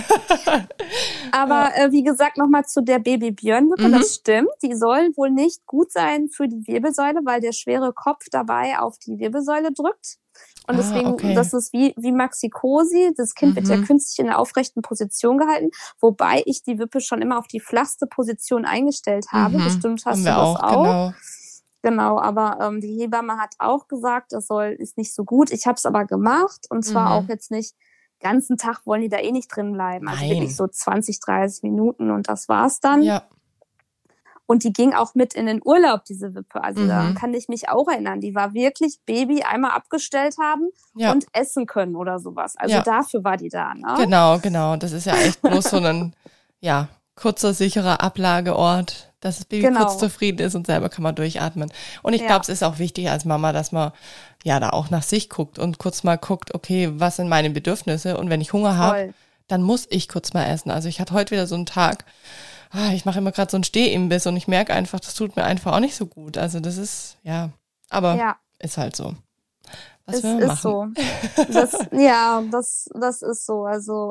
S2: Aber wie gesagt, nochmal zu der Baby-Björn-Wippe, das stimmt. Die soll wohl nicht gut sein für die Wirbelsäule, weil der schwere Kopf dabei auf die Wirbelsäule drückt. Und deswegen, das ist wie Maxi-Cosi. Das Kind wird ja künstlich in einer aufrechten Position gehalten, wobei ich die Wippe schon immer auf die flachste Position eingestellt habe. Bestimmt hast du das auch. Genau, aber die Hebamme hat auch gesagt, ist nicht so gut. Ich habe es aber gemacht und zwar auch jetzt nicht ganzen Tag, wollen die da eh nicht drin bleiben. Also wirklich so 20, 30 Minuten und das war's dann.
S1: Ja.
S2: Und die ging auch mit in den Urlaub, diese Wippe. Also daran kann ich mich auch erinnern. Die war wirklich Baby einmal abgestellt haben und essen können oder sowas. Also dafür war die da, ne?
S1: Genau. Das ist ja echt bloß so ein, kurzer, sicherer Ablageort, dass das Baby kurz zufrieden ist und selber kann man durchatmen. Und ich glaube, es ist auch wichtig als Mama, dass man da auch nach sich guckt und kurz mal guckt, okay, was sind meine Bedürfnisse? Und wenn ich Hunger habe, dann muss ich kurz mal essen. Also ich hatte heute wieder so einen Tag, ich mache immer gerade so einen Stehimbiss und ich merke einfach, das tut mir einfach auch nicht so gut. Also das ist, aber ist halt so. Was will man machen?
S2: Es ist so. Das ist so. Also,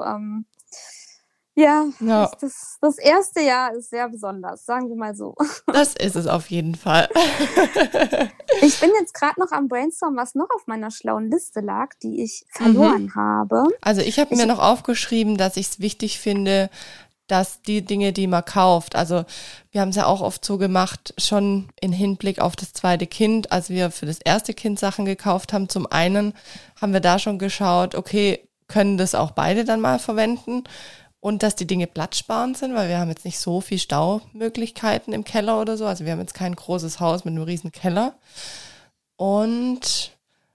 S2: das erste Jahr ist sehr besonders, sagen wir mal so.
S1: Das ist es auf jeden Fall.
S2: Ich bin jetzt gerade noch am Brainstormen, was noch auf meiner schlauen Liste lag, die ich verloren habe.
S1: Also ich habe mir noch aufgeschrieben, dass ich es wichtig finde, dass die Dinge, die man kauft, also wir haben es ja auch oft so gemacht, schon in Hinblick auf das zweite Kind, als wir für das erste Kind Sachen gekauft haben, zum einen haben wir da schon geschaut, okay, können das auch beide dann mal verwenden und dass die Dinge platzsparend sind, weil wir haben jetzt nicht so viel Staumöglichkeiten im Keller oder so, also wir haben jetzt kein großes Haus mit einem riesen Keller und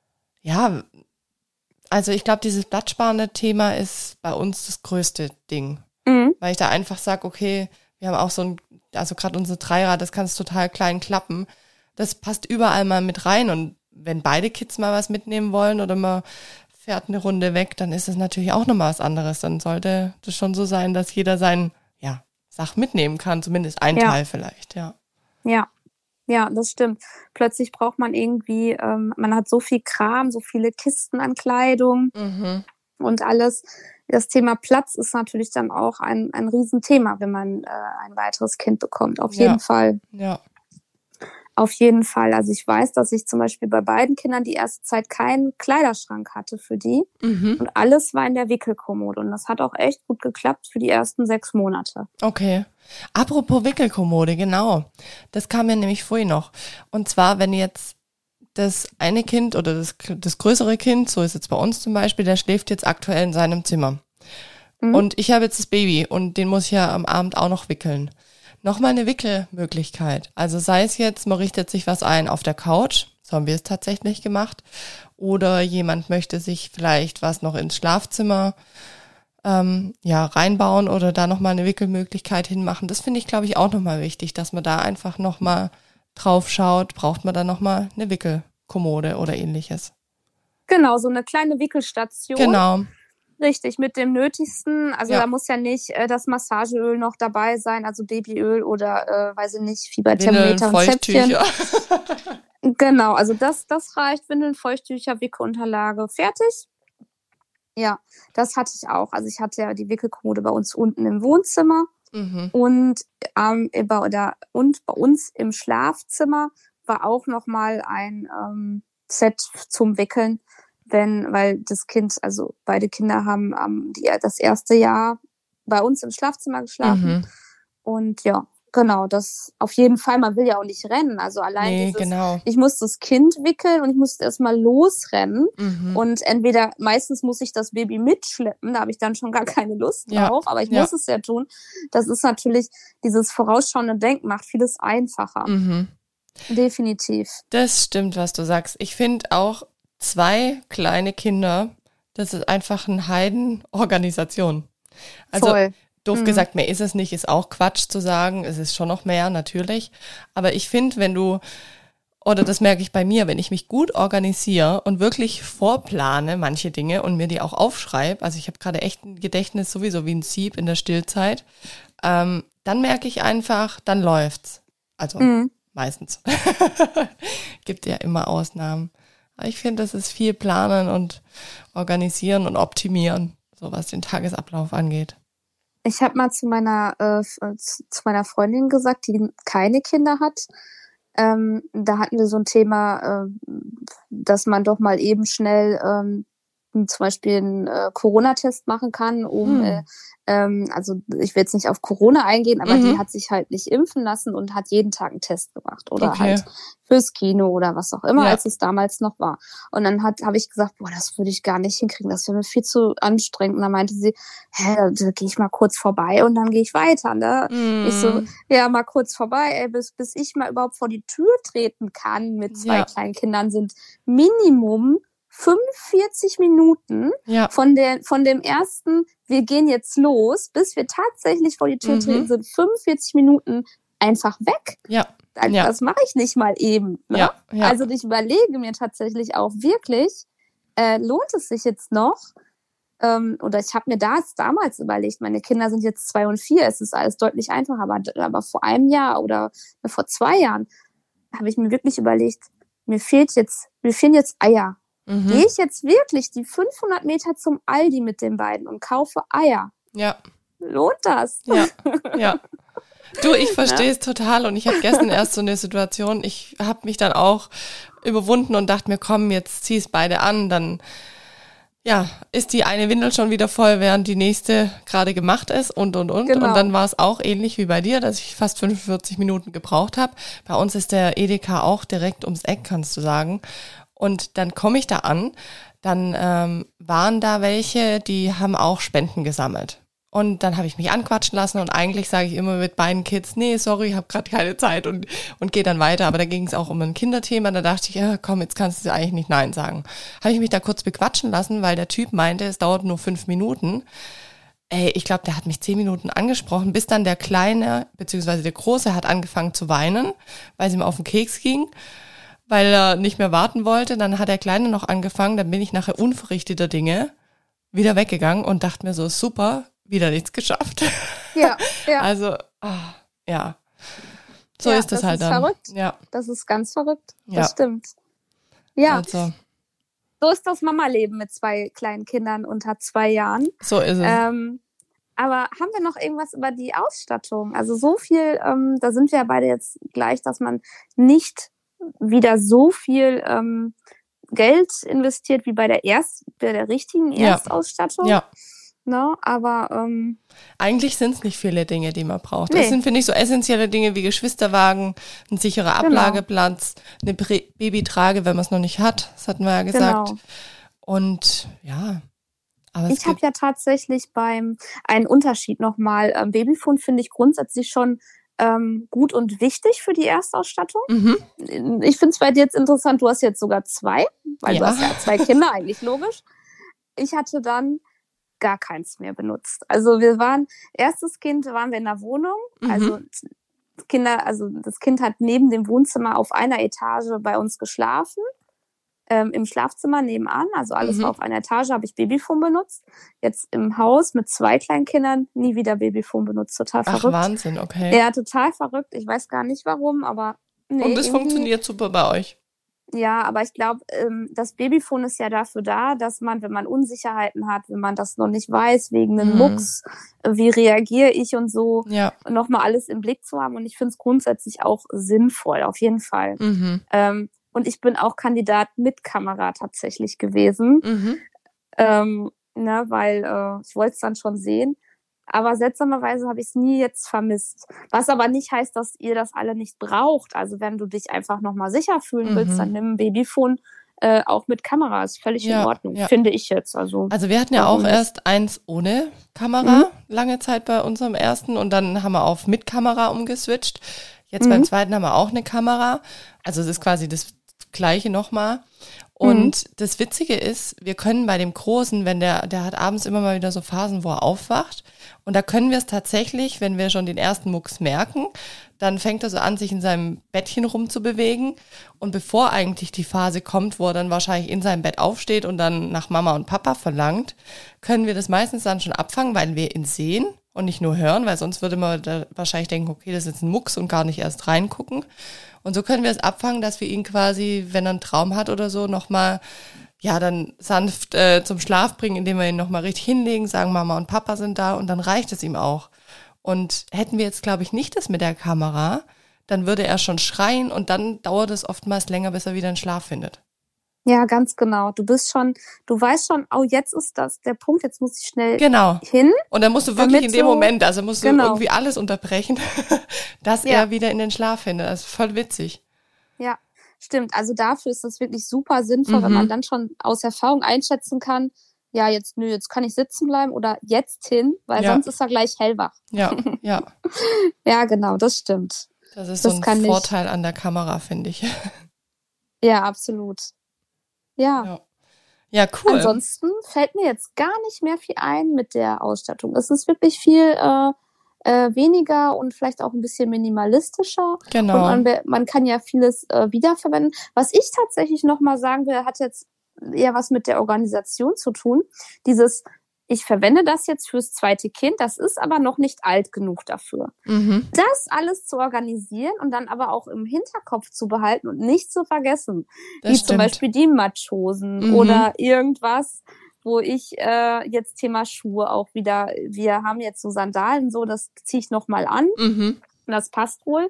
S1: also ich glaube, dieses platzsparende Thema ist bei uns das größte Ding. Weil ich da einfach sage, okay, wir haben auch also gerade unsere Dreirad, das kann es total klein klappen. Das passt überall mal mit rein und wenn beide Kids mal was mitnehmen wollen oder man fährt eine Runde weg, dann ist es natürlich auch nochmal was anderes. Dann sollte das schon so sein, dass jeder seinen, Sach mitnehmen kann, zumindest ein Teil vielleicht,
S2: Ja, das stimmt. Plötzlich braucht man irgendwie, man hat so viel Kram, so viele Kisten an Kleidung und alles. Das Thema Platz ist natürlich dann auch ein Riesenthema, wenn man ein weiteres Kind bekommt. Auf jeden Fall.
S1: Ja.
S2: Auf jeden Fall. Also ich weiß, dass ich zum Beispiel bei beiden Kindern die erste Zeit keinen Kleiderschrank hatte für die. Und alles war in der Wickelkommode. Und das hat auch echt gut geklappt für die ersten 6 Monate.
S1: Okay. Apropos Wickelkommode, genau. Das kam ja nämlich vorhin noch. Und zwar, wenn jetzt das eine Kind oder das größere Kind, so ist jetzt bei uns zum Beispiel, der schläft jetzt aktuell in seinem Zimmer. Und ich habe jetzt das Baby und den muss ich ja am Abend auch noch wickeln. Nochmal eine Wickelmöglichkeit. Also sei es jetzt, man richtet sich was ein auf der Couch, so haben wir es tatsächlich gemacht, oder jemand möchte sich vielleicht was noch ins Schlafzimmer reinbauen oder da nochmal eine Wickelmöglichkeit hinmachen. Das finde ich, glaube ich, auch nochmal wichtig, dass man da einfach nochmal drauf schaut, braucht man da nochmal eine Wickelkommode oder ähnliches.
S2: Genau, so eine kleine Wickelstation.
S1: Genau.
S2: Richtig, mit dem Nötigsten. Also da muss ja nicht das Massageöl noch dabei sein, also Babyöl oder, weiß ich nicht, Fieberthermometer und Zäpfchen. Genau, also das reicht. Windeln, Feuchttücher, Wickelunterlage, fertig. Ja, das hatte ich auch. Also ich hatte ja die Wickelkommode bei uns unten im Wohnzimmer und bei uns im Schlafzimmer war auch nochmal ein Set zum Wickeln, weil das Kind, also beide Kinder haben das erste Jahr bei uns im Schlafzimmer geschlafen. Und ja, genau, das auf jeden Fall. Man will ja auch nicht rennen. Also allein ich muss das Kind wickeln und ich muss erstmal losrennen. Und meistens muss ich das Baby mitschleppen. Da habe ich dann schon gar keine Lust drauf. Aber ich muss es ja tun. Das ist natürlich, dieses vorausschauende Denken macht vieles einfacher. Definitiv.
S1: Das stimmt, was du sagst. Ich finde auch 2 kleine Kinder, das ist einfach eine Heidenorganisation. Also voll. Doof gesagt, mehr ist es nicht, ist auch Quatsch zu sagen, es ist schon noch mehr, natürlich. Aber ich finde, das merke ich bei mir, wenn ich mich gut organisiere und wirklich vorplane manche Dinge und mir die auch aufschreibe, also ich habe gerade echt ein Gedächtnis sowieso wie ein Sieb in der Stillzeit, dann merke ich einfach, dann läuft's. Also meistens. Gibt ja immer Ausnahmen. Aber ich finde, das ist viel planen und organisieren und optimieren, so was den Tagesablauf angeht.
S2: Ich habe mal zu meiner Freundin gesagt, die keine Kinder hat. Da hatten wir so ein Thema, dass man doch mal eben schnell zum Beispiel einen Corona-Test machen kann, also ich will jetzt nicht auf Corona eingehen, aber die hat sich halt nicht impfen lassen und hat jeden Tag einen Test gemacht oder halt fürs Kino oder was auch immer, als es damals noch war. Und dann habe ich gesagt, das würde ich gar nicht hinkriegen, das wäre mir viel zu anstrengend. Und dann meinte sie, da gehe ich mal kurz vorbei und dann gehe ich weiter. Ne? Ich so, ja, mal kurz vorbei, bis ich mal überhaupt vor die Tür treten kann mit 2 kleinen Kindern sind Minimum 45 Minuten von dem ersten, wir gehen jetzt los, bis wir tatsächlich vor die Tür treten, sind 45 Minuten einfach weg. Das mache ich nicht mal eben. Ne? Also ich überlege mir tatsächlich auch wirklich, lohnt es sich jetzt noch? Oder ich habe mir damals überlegt, meine Kinder sind jetzt 2 und 4, es ist alles deutlich einfacher, aber vor einem Jahr oder vor 2 Jahren habe ich mir wirklich überlegt, mir fehlen jetzt Eier. Gehe ich jetzt wirklich die 500 Meter zum Aldi mit den beiden und kaufe Eier?
S1: Ja.
S2: Lohnt das?
S1: Ja. Du, ich verstehe es total und ich hatte gestern erst so eine Situation, ich habe mich dann auch überwunden und dachte mir, komm, jetzt zieh es beide an, dann ist die eine Windel schon wieder voll, während die nächste gerade gemacht ist und. Genau. Und dann war es auch ähnlich wie bei dir, dass ich fast 45 Minuten gebraucht habe. Bei uns ist der Edeka auch direkt ums Eck, kannst du sagen. Und dann komme ich da an, dann waren da welche, die haben auch Spenden gesammelt. Und dann habe ich mich anquatschen lassen und eigentlich sage ich immer mit beiden Kids, nee, sorry, ich habe gerade keine Zeit und gehe dann weiter. Aber da ging es auch um ein Kinderthema, da dachte ich, ja komm, jetzt kannst du eigentlich nicht Nein sagen. Habe ich mich da kurz bequatschen lassen, weil der Typ meinte, es dauert nur 5 Minuten. Ich glaube, der hat mich 10 Minuten angesprochen, bis dann der Kleine, beziehungsweise der Große hat angefangen zu weinen, weil es ihm auf den Keks ging, weil er nicht mehr warten wollte. Dann hat der Kleine noch angefangen, dann bin ich nachher unverrichteter Dinge wieder weggegangen und dachte mir so, super, wieder nichts geschafft.
S2: Ja.
S1: Also, so ist das halt dann.
S2: Verrückt.
S1: Ja.
S2: Das ist ganz verrückt. Das stimmt. Ja.
S1: Also.
S2: So ist das Mama-Leben mit 2 kleinen Kindern unter 2 Jahren.
S1: So ist es.
S2: Aber haben wir noch irgendwas über die Ausstattung? Also so viel, da sind wir ja beide jetzt gleich, dass man nicht wieder so viel Geld investiert wie bei der richtigen Erstausstattung.
S1: Ja.
S2: No, aber
S1: eigentlich sind es nicht viele Dinge, die man braucht. Das sind, finde ich, so essentielle Dinge wie Geschwisterwagen, ein sicherer Ablageplatz, eine Babytrage, wenn man es noch nicht hat. Das hatten wir ja gesagt. Genau. Und aber
S2: ich habe ja tatsächlich einen Unterschied nochmal. Babyphone finde ich grundsätzlich schon gut und wichtig für die Erstausstattung. Ich finde es bei dir jetzt interessant, du hast jetzt sogar 2, weil du hast ja 2 Kinder, eigentlich logisch. Ich hatte dann gar keins mehr benutzt. Also erstes Kind waren wir in der Wohnung, also das Kind hat neben dem Wohnzimmer auf einer Etage bei uns geschlafen Im Schlafzimmer nebenan, also alles war auf einer Etage, habe ich Babyphone benutzt. Jetzt im Haus mit 2 kleinen Kindern nie wieder Babyphone benutzt. Total verrückt.
S1: Ach, Wahnsinn, okay.
S2: Ja, total verrückt. Ich weiß gar nicht warum, aber nee.
S1: Und es funktioniert super bei euch.
S2: Ja, aber ich glaube, das Babyphone ist ja dafür da, dass man, wenn man Unsicherheiten hat, wenn man das noch nicht weiß, wegen einem Mucks, wie reagiere ich und so, nochmal alles im Blick zu haben. Und ich finde es grundsätzlich auch sinnvoll, auf jeden Fall. Und ich bin auch Kandidat mit Kamera tatsächlich gewesen, weil ich wollte es dann schon sehen. Aber seltsamerweise habe ich es nie jetzt vermisst. Was aber nicht heißt, dass ihr das alle nicht braucht. Also wenn du dich einfach nochmal sicher fühlen willst, dann nimm ein Babyphone auch mit Kamera. Ist völlig in Ordnung, finde ich jetzt. Also
S1: wir hatten ja auch erst eins ohne Kamera lange Zeit bei unserem ersten und dann haben wir auf mit Kamera umgeswitcht. Jetzt beim zweiten haben wir auch eine Kamera. Also es ist quasi das Gleiche nochmal. Und das Witzige ist, wir können bei dem Großen, wenn der hat abends immer mal wieder so Phasen, wo er aufwacht. Und da können wir es tatsächlich, wenn wir schon den ersten Mucks merken, dann fängt er so an, sich in seinem Bettchen rumzubewegen. Und bevor eigentlich die Phase kommt, wo er dann wahrscheinlich in seinem Bett aufsteht und dann nach Mama und Papa verlangt, können wir das meistens dann schon abfangen, weil wir ihn sehen und nicht nur hören, weil sonst würde man da wahrscheinlich denken, okay, das ist jetzt ein Mucks und gar nicht erst reingucken. Und so können wir es abfangen, dass wir ihn quasi, wenn er einen Traum hat oder so, nochmal, dann sanft zum Schlaf bringen, indem wir ihn nochmal richtig hinlegen, sagen, Mama und Papa sind da und dann reicht es ihm auch. Und hätten wir jetzt, glaube ich, nicht das mit der Kamera, dann würde er schon schreien und dann dauert es oftmals länger, bis er wieder einen Schlaf findet.
S2: Ja, ganz genau. Du weißt schon, oh, jetzt ist das der Punkt, jetzt muss ich schnell hin.
S1: Und dann musst du wirklich in dem Moment, also musst du irgendwie alles unterbrechen, dass er wieder in den Schlaf findet. Das ist voll witzig.
S2: Ja, stimmt. Also dafür ist das wirklich super sinnvoll, wenn man dann schon aus Erfahrung einschätzen kann, ja, jetzt kann ich sitzen bleiben oder jetzt hin, weil sonst ist er gleich hellwach.
S1: Ja.
S2: Ja, genau, das stimmt.
S1: Das ist so ein Vorteil an der Kamera, finde ich.
S2: Ja, absolut. Ja, cool. Ansonsten fällt mir jetzt gar nicht mehr viel ein mit der Ausstattung. Es ist wirklich viel weniger und vielleicht auch ein bisschen minimalistischer.
S1: Genau.
S2: Und man kann ja vieles wiederverwenden. Was ich tatsächlich nochmal sagen will, hat jetzt eher was mit der Organisation zu tun. Ich verwende das jetzt fürs zweite Kind, das ist aber noch nicht alt genug dafür. Das alles zu organisieren und dann aber auch im Hinterkopf zu behalten und nicht zu vergessen. Wie zum Beispiel die Matschhosen oder irgendwas, wo ich jetzt Thema Schuhe auch wieder, wir haben jetzt so Sandalen, so das ziehe ich nochmal an. Das passt wohl.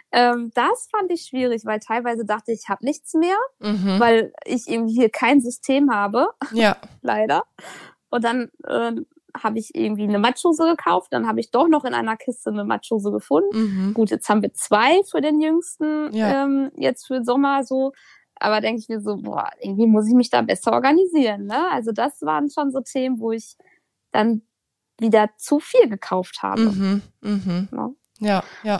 S2: Das fand ich schwierig, weil teilweise dachte ich habe nichts mehr, weil ich irgendwie hier kein System habe. Ja. Leider. Und dann habe ich irgendwie eine Matschhose gekauft. Dann habe ich doch noch in einer Kiste eine Matschhose gefunden. Gut, jetzt haben wir 2 für den Jüngsten, jetzt für den Sommer so. Aber denke ich mir so, irgendwie muss ich mich da besser organisieren. Ne? Also das waren schon so Themen, wo ich dann wieder zu viel gekauft habe.
S1: Ja.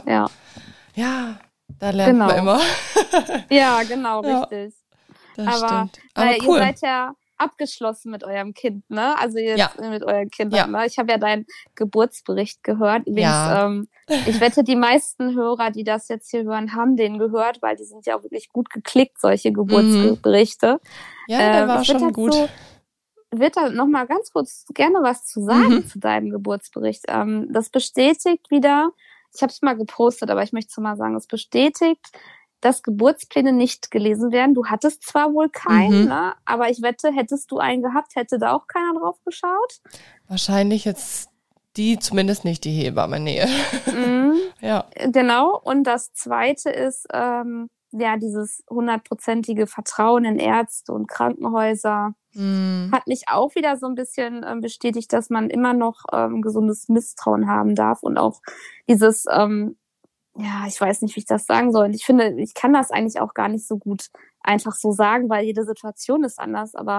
S1: Ja, da lernt man immer.
S2: Ja, genau, richtig.
S1: Das stimmt. Aber
S2: cool. Ihr seid ja abgeschlossen mit eurem Kind, ne? Also jetzt mit euren Kindern, ne? Ich habe ja deinen Geburtsbericht gehört. Übrigens, ich wette, die meisten Hörer, die das jetzt hier hören, haben den gehört, weil die sind ja auch wirklich gut geklickt, solche Geburtsberichte.
S1: Ja, der war schon gut.
S2: Wird da noch mal ganz kurz gerne was zu sagen zu deinem Geburtsbericht. Das bestätigt wieder, ich habe es mal gepostet, aber ich möchte es mal sagen, es bestätigt, dass Geburtspläne nicht gelesen werden. Du hattest zwar wohl keinen, ne? Aber ich wette, hättest du einen gehabt, hätte da auch keiner drauf geschaut.
S1: Wahrscheinlich jetzt zumindest nicht die Hebamme-Nähe. Ja.
S2: Genau. Und das Zweite ist, dieses 100%ige Vertrauen in Ärzte und Krankenhäuser. Hat mich auch wieder so ein bisschen bestätigt, dass man immer noch gesundes Misstrauen haben darf und auch dieses ich weiß nicht, wie ich das sagen soll. Und ich finde, ich kann das eigentlich auch gar nicht so gut einfach so sagen, weil jede Situation ist anders, aber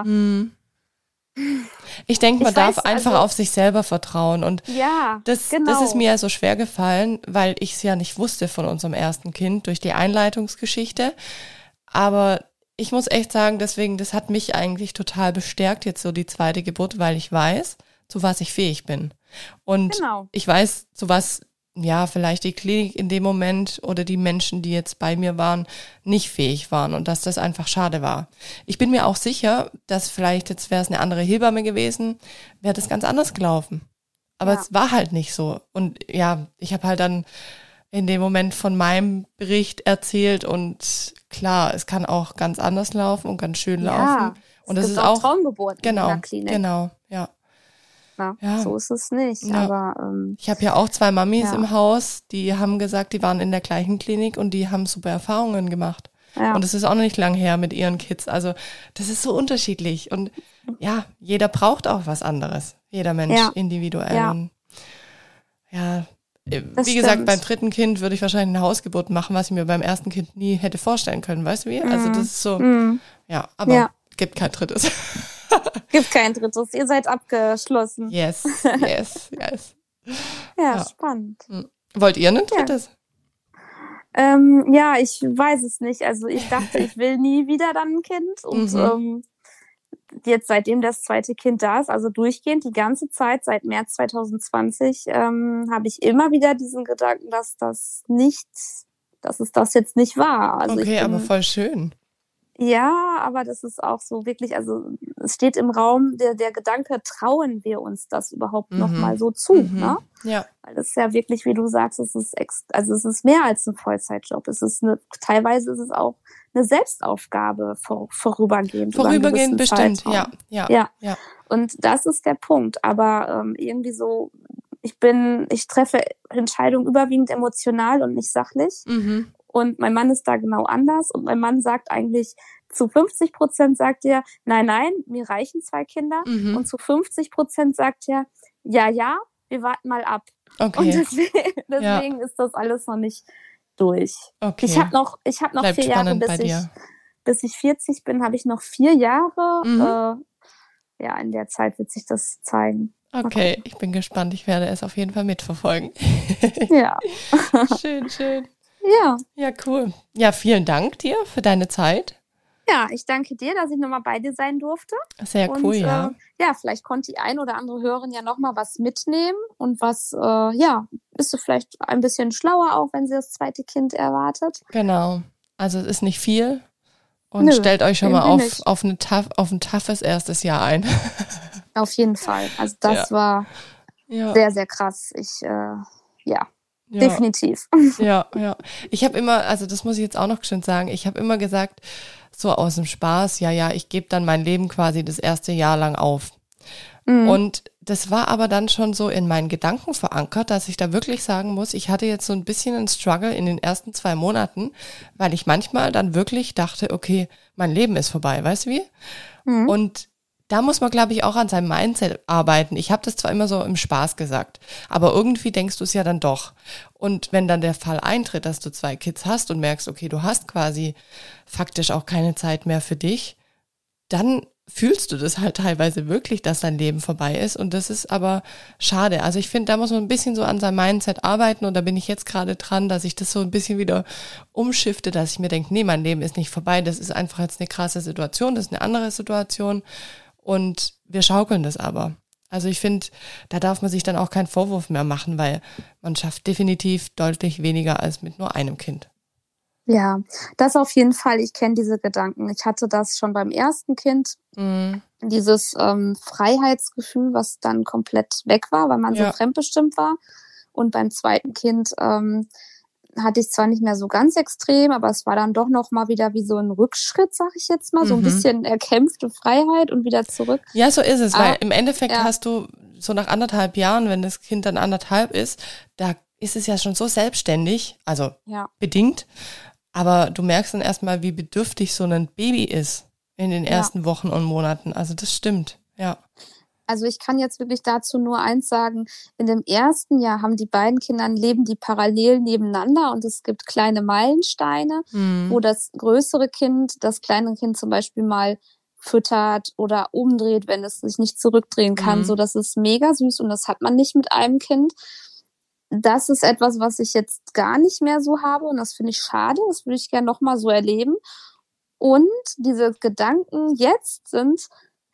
S1: ich denke, man darf einfach auf sich selber vertrauen und das ist mir ja so schwer gefallen, weil ich es ja nicht wusste von unserem ersten Kind durch die Einleitungsgeschichte, aber ich muss echt sagen, deswegen, das hat mich eigentlich total bestärkt, jetzt so die zweite Geburt, weil ich weiß, zu was ich fähig bin und ich weiß, zu was ja, vielleicht die Klinik in dem Moment oder die Menschen, die jetzt bei mir waren, nicht fähig waren und dass das einfach schade war. Ich bin mir auch sicher, dass vielleicht jetzt wäre es eine andere Hebamme gewesen, wäre das ganz anders gelaufen. Aber
S2: Ja.
S1: es war halt nicht so. Und ja, ich habe halt dann in dem Moment von meinem Bericht erzählt und klar, es kann auch ganz anders laufen und ganz schön laufen. Und
S2: es
S1: das
S2: gibt
S1: ist auch
S2: Traumgeburten in
S1: genau,
S2: der Klinik.
S1: genau, ja. Ja.
S2: So ist es nicht.
S1: Ja.
S2: Aber
S1: ich habe ja auch 2 Mamis
S2: ja.
S1: im Haus, die haben gesagt, die waren in der gleichen Klinik und die haben super Erfahrungen gemacht.
S2: Ja.
S1: Und es ist auch noch nicht lang her mit ihren Kids. Also das ist so unterschiedlich. Und ja, jeder braucht auch was anderes. Jeder Mensch individuell.
S2: Ja.
S1: Und ja,
S2: Das
S1: wie gesagt,
S2: stimmt.
S1: beim 3. Kind würde ich wahrscheinlich eine Hausgeburt machen, was ich mir beim 1. Kind nie hätte vorstellen können. Weißt du wie? Also das ist so, ja, aber gibt kein 3.
S2: Gibt kein 3. Ihr seid abgeschlossen.
S1: Yes.
S2: Ja, spannend.
S1: Wollt ihr ein 3.?
S2: Ja, ich weiß es nicht. Also ich dachte, ich will nie wieder dann ein Kind. Und jetzt, seitdem das 2. Kind da ist, also durchgehend die ganze Zeit, seit März 2020, habe ich immer wieder diesen Gedanken, dass es das jetzt nicht war. Also
S1: okay, aber voll schön.
S2: Ja, aber das ist auch so wirklich, also es steht im Raum der Gedanke, trauen wir uns das überhaupt nochmal so zu, ne?
S1: Ja.
S2: Weil das ist ja wirklich, wie du sagst, es ist mehr als ein Vollzeitjob. Teilweise ist es auch eine Selbstaufgabe vorübergehend.
S1: Vorübergehend bestimmt, ja.
S2: Und das ist der Punkt. Aber irgendwie so, ich treffe Entscheidungen überwiegend emotional und nicht sachlich. Und mein Mann ist da genau anders. Und mein Mann sagt eigentlich, zu 50% sagt er, nein, mir reichen 2 Kinder. Und zu 50% sagt er, ja, wir warten mal ab.
S1: Okay.
S2: Und deswegen ist das alles noch nicht durch.
S1: Okay.
S2: Ich habe noch 4 Jahre, bis ich 40 bin, habe ich noch 4 Jahre. In der Zeit wird sich das zeigen.
S1: Okay, ich bin gespannt. Ich werde es auf jeden Fall mitverfolgen.
S2: Ja.
S1: Schön.
S2: Ja,
S1: cool. Ja, vielen Dank dir für deine Zeit.
S2: Ja, ich danke dir, dass ich nochmal bei dir sein durfte.
S1: Sehr cool, ja.
S2: Vielleicht konnte die ein oder andere Hörerin ja nochmal was mitnehmen und bist du vielleicht ein bisschen schlauer auch, wenn sie das 2. Kind erwartet.
S1: Genau. Also es ist nicht viel und stellt euch schon mal auf ein toughes erstes Jahr ein.
S2: Auf jeden Fall. Also das war sehr, sehr krass. Definitiv.
S1: Ja. Ich habe immer, also das muss ich jetzt auch noch schön sagen, ich habe immer gesagt, so aus dem Spaß, ich gebe dann mein Leben quasi das erste Jahr lang auf. Und das war aber dann schon so in meinen Gedanken verankert, dass ich da wirklich sagen muss, ich hatte jetzt so ein bisschen einen Struggle in den ersten 2 Monaten, weil ich manchmal dann wirklich dachte, okay, mein Leben ist vorbei, weißt du wie? Und da muss man, glaube ich, auch an seinem Mindset arbeiten. Ich habe das zwar immer so im Spaß gesagt, aber irgendwie denkst du es ja dann doch. Und wenn dann der Fall eintritt, dass du 2 Kids hast und merkst, okay, du hast quasi faktisch auch keine Zeit mehr für dich, dann fühlst du das halt teilweise wirklich, dass dein Leben vorbei ist. Und das ist aber schade. Also ich finde, da muss man ein bisschen so an seinem Mindset arbeiten. Und da bin ich jetzt gerade dran, dass ich das so ein bisschen wieder umschifte, dass ich mir denke, nee, mein Leben ist nicht vorbei. Das ist einfach jetzt eine krasse Situation. Das ist eine andere Situation. Und wir schaukeln das aber. Also ich finde, da darf man sich dann auch keinen Vorwurf mehr machen, weil man schafft definitiv deutlich weniger als mit nur einem Kind.
S2: Ja, das auf jeden Fall. Ich kenne diese Gedanken. Ich hatte das schon beim 1. Kind, dieses Freiheitsgefühl, was dann komplett weg war, weil man so fremdbestimmt war. Und beim 2. Kind hatte ich zwar nicht mehr so ganz extrem, aber es war dann doch noch mal wieder wie so ein Rückschritt, sag ich jetzt mal, so ein bisschen erkämpfte Freiheit und wieder zurück.
S1: Ja, so ist es, weil im Endeffekt hast du so nach 1,5 Jahren, wenn das Kind dann 1,5 ist, da ist es ja schon so selbstständig, also bedingt, aber du merkst dann erstmal, wie bedürftig so ein Baby ist in den ersten Wochen und Monaten. Also das stimmt, ja.
S2: Also ich kann jetzt wirklich dazu nur eins sagen, in dem 1. Jahr haben die beiden Kinder leben die parallel nebeneinander und es gibt kleine Meilensteine, wo das größere Kind, das kleine Kind zum Beispiel mal füttert oder umdreht, wenn es sich nicht zurückdrehen kann. So, das ist mega süß und das hat man nicht mit einem Kind. Das ist etwas, was ich jetzt gar nicht mehr so habe und das finde ich schade. Das würde ich gerne nochmal so erleben. Und diese Gedanken jetzt sind,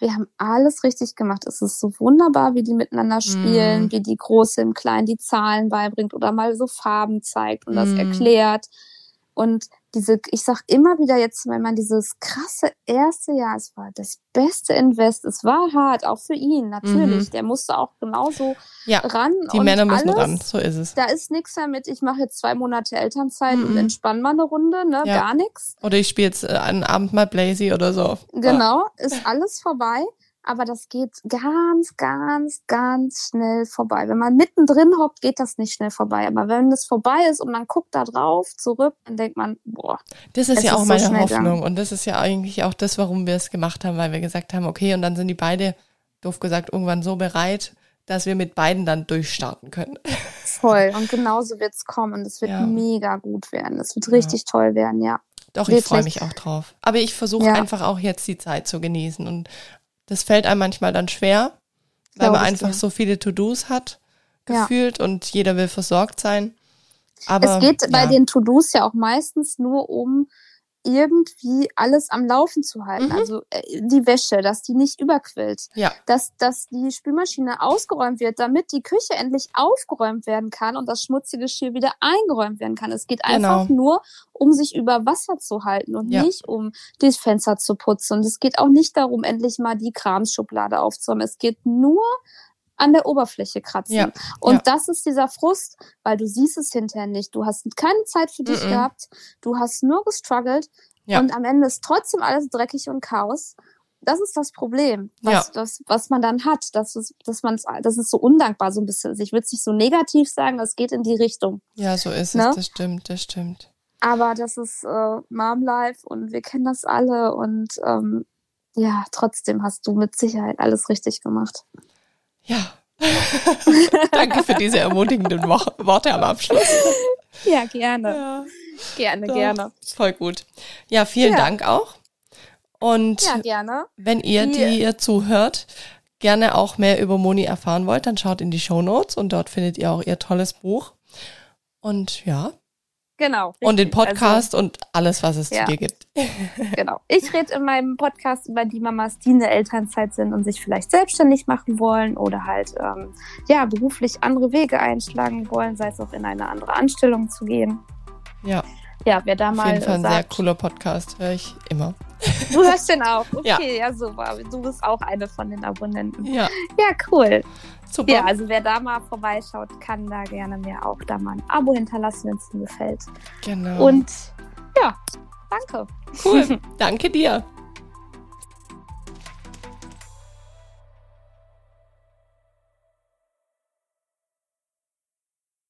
S2: wir haben alles richtig gemacht. Es ist so wunderbar, wie die miteinander spielen, wie die Große im Kleinen die Zahlen beibringt oder mal so Farben zeigt und das erklärt. Und ich sag immer wieder jetzt, wenn man dieses krasse erste Jahr, es war das beste Invest, es war hart, auch für ihn, natürlich. Der musste auch genauso ran.
S1: Die Männer müssen ran, so ist es.
S2: Da ist nichts mehr mit, ich mache jetzt 2 Monate Elternzeit und entspann mal eine Runde, ne, gar nichts.
S1: Oder ich spiele jetzt einen Abend mal Blazy oder so.
S2: Genau, ist alles vorbei. Aber das geht ganz, ganz, ganz schnell vorbei. Wenn man mittendrin hockt, geht das nicht schnell vorbei. Aber wenn es vorbei ist und man guckt da drauf, zurück, dann denkt man, boah.
S1: Das ist ja auch meine Hoffnung. Und das ist ja eigentlich auch das, warum wir es gemacht haben, weil wir gesagt haben, okay, und dann sind die beide, doof gesagt, irgendwann so bereit, dass wir mit beiden dann durchstarten können.
S2: Voll. Und genauso wird es kommen. Und es wird mega gut werden. Es wird richtig toll werden, ja.
S1: Doch, wirklich. Ich freue mich auch drauf. Aber ich versuche einfach auch jetzt die Zeit zu genießen. Und das fällt einem manchmal dann schwer, weil man einfach so viele To-Dos hat, gefühlt, und jeder will versorgt sein. Aber
S2: es geht bei den To-Dos ja auch meistens nur um irgendwie alles am Laufen zu halten. Also die Wäsche, dass die nicht überquillt.
S1: Ja.
S2: Dass die Spülmaschine ausgeräumt wird, damit die Küche endlich aufgeräumt werden kann und das schmutzige Geschirr wieder eingeräumt werden kann. Es geht einfach nur um sich über Wasser zu halten und nicht um das Fenster zu putzen. Und es geht auch nicht darum, endlich mal die Kramschublade aufzuräumen. Es geht nur an der Oberfläche kratzen. Ja. Und das ist dieser Frust, weil du siehst es hinterher nicht. Du hast keine Zeit für dich gehabt. Du hast nur gestruggelt. Ja. Und am Ende ist trotzdem alles dreckig und Chaos. Das ist das Problem, was man dann hat. Das ist so undankbar so ein bisschen. Also ich würde es nicht so negativ sagen, es geht in die Richtung.
S1: Ja, so ist es. Das stimmt.
S2: Aber das ist Mom-Life und wir kennen das alle. Und trotzdem hast du mit Sicherheit alles richtig gemacht.
S1: Ja, danke für diese ermutigenden Worte am Abschluss.
S2: Ja, gerne. Ja. Gerne.
S1: Voll gut. Ja, vielen Dank auch. Und
S2: gerne.
S1: Wenn ihr, die ihr zuhört, gerne auch mehr über Moni erfahren wollt, dann schaut in die Shownotes und dort findet ihr auch ihr tolles Buch. Und
S2: genau. Richtig.
S1: Und den Podcast und alles, was es zu dir gibt.
S2: Genau. Ich rede in meinem Podcast über die Mamas, die in der Elternzeit sind und sich vielleicht selbstständig machen wollen oder halt beruflich andere Wege einschlagen wollen, sei es auch in eine andere Anstellung zu gehen.
S1: Ja.
S2: Ja, wer da mal
S1: auf jeden Fall ein sehr cooler Podcast, höre ich immer.
S2: Du hörst den auch? Okay, ja super. Du bist auch eine von den Abonnenten.
S1: Ja.
S2: Ja, cool.
S1: Super.
S2: Ja, also wer da mal vorbeischaut, kann da gerne mir auch da mal ein Abo hinterlassen, wenn es ihm gefällt.
S1: Genau.
S2: Und danke.
S1: Cool. Danke dir.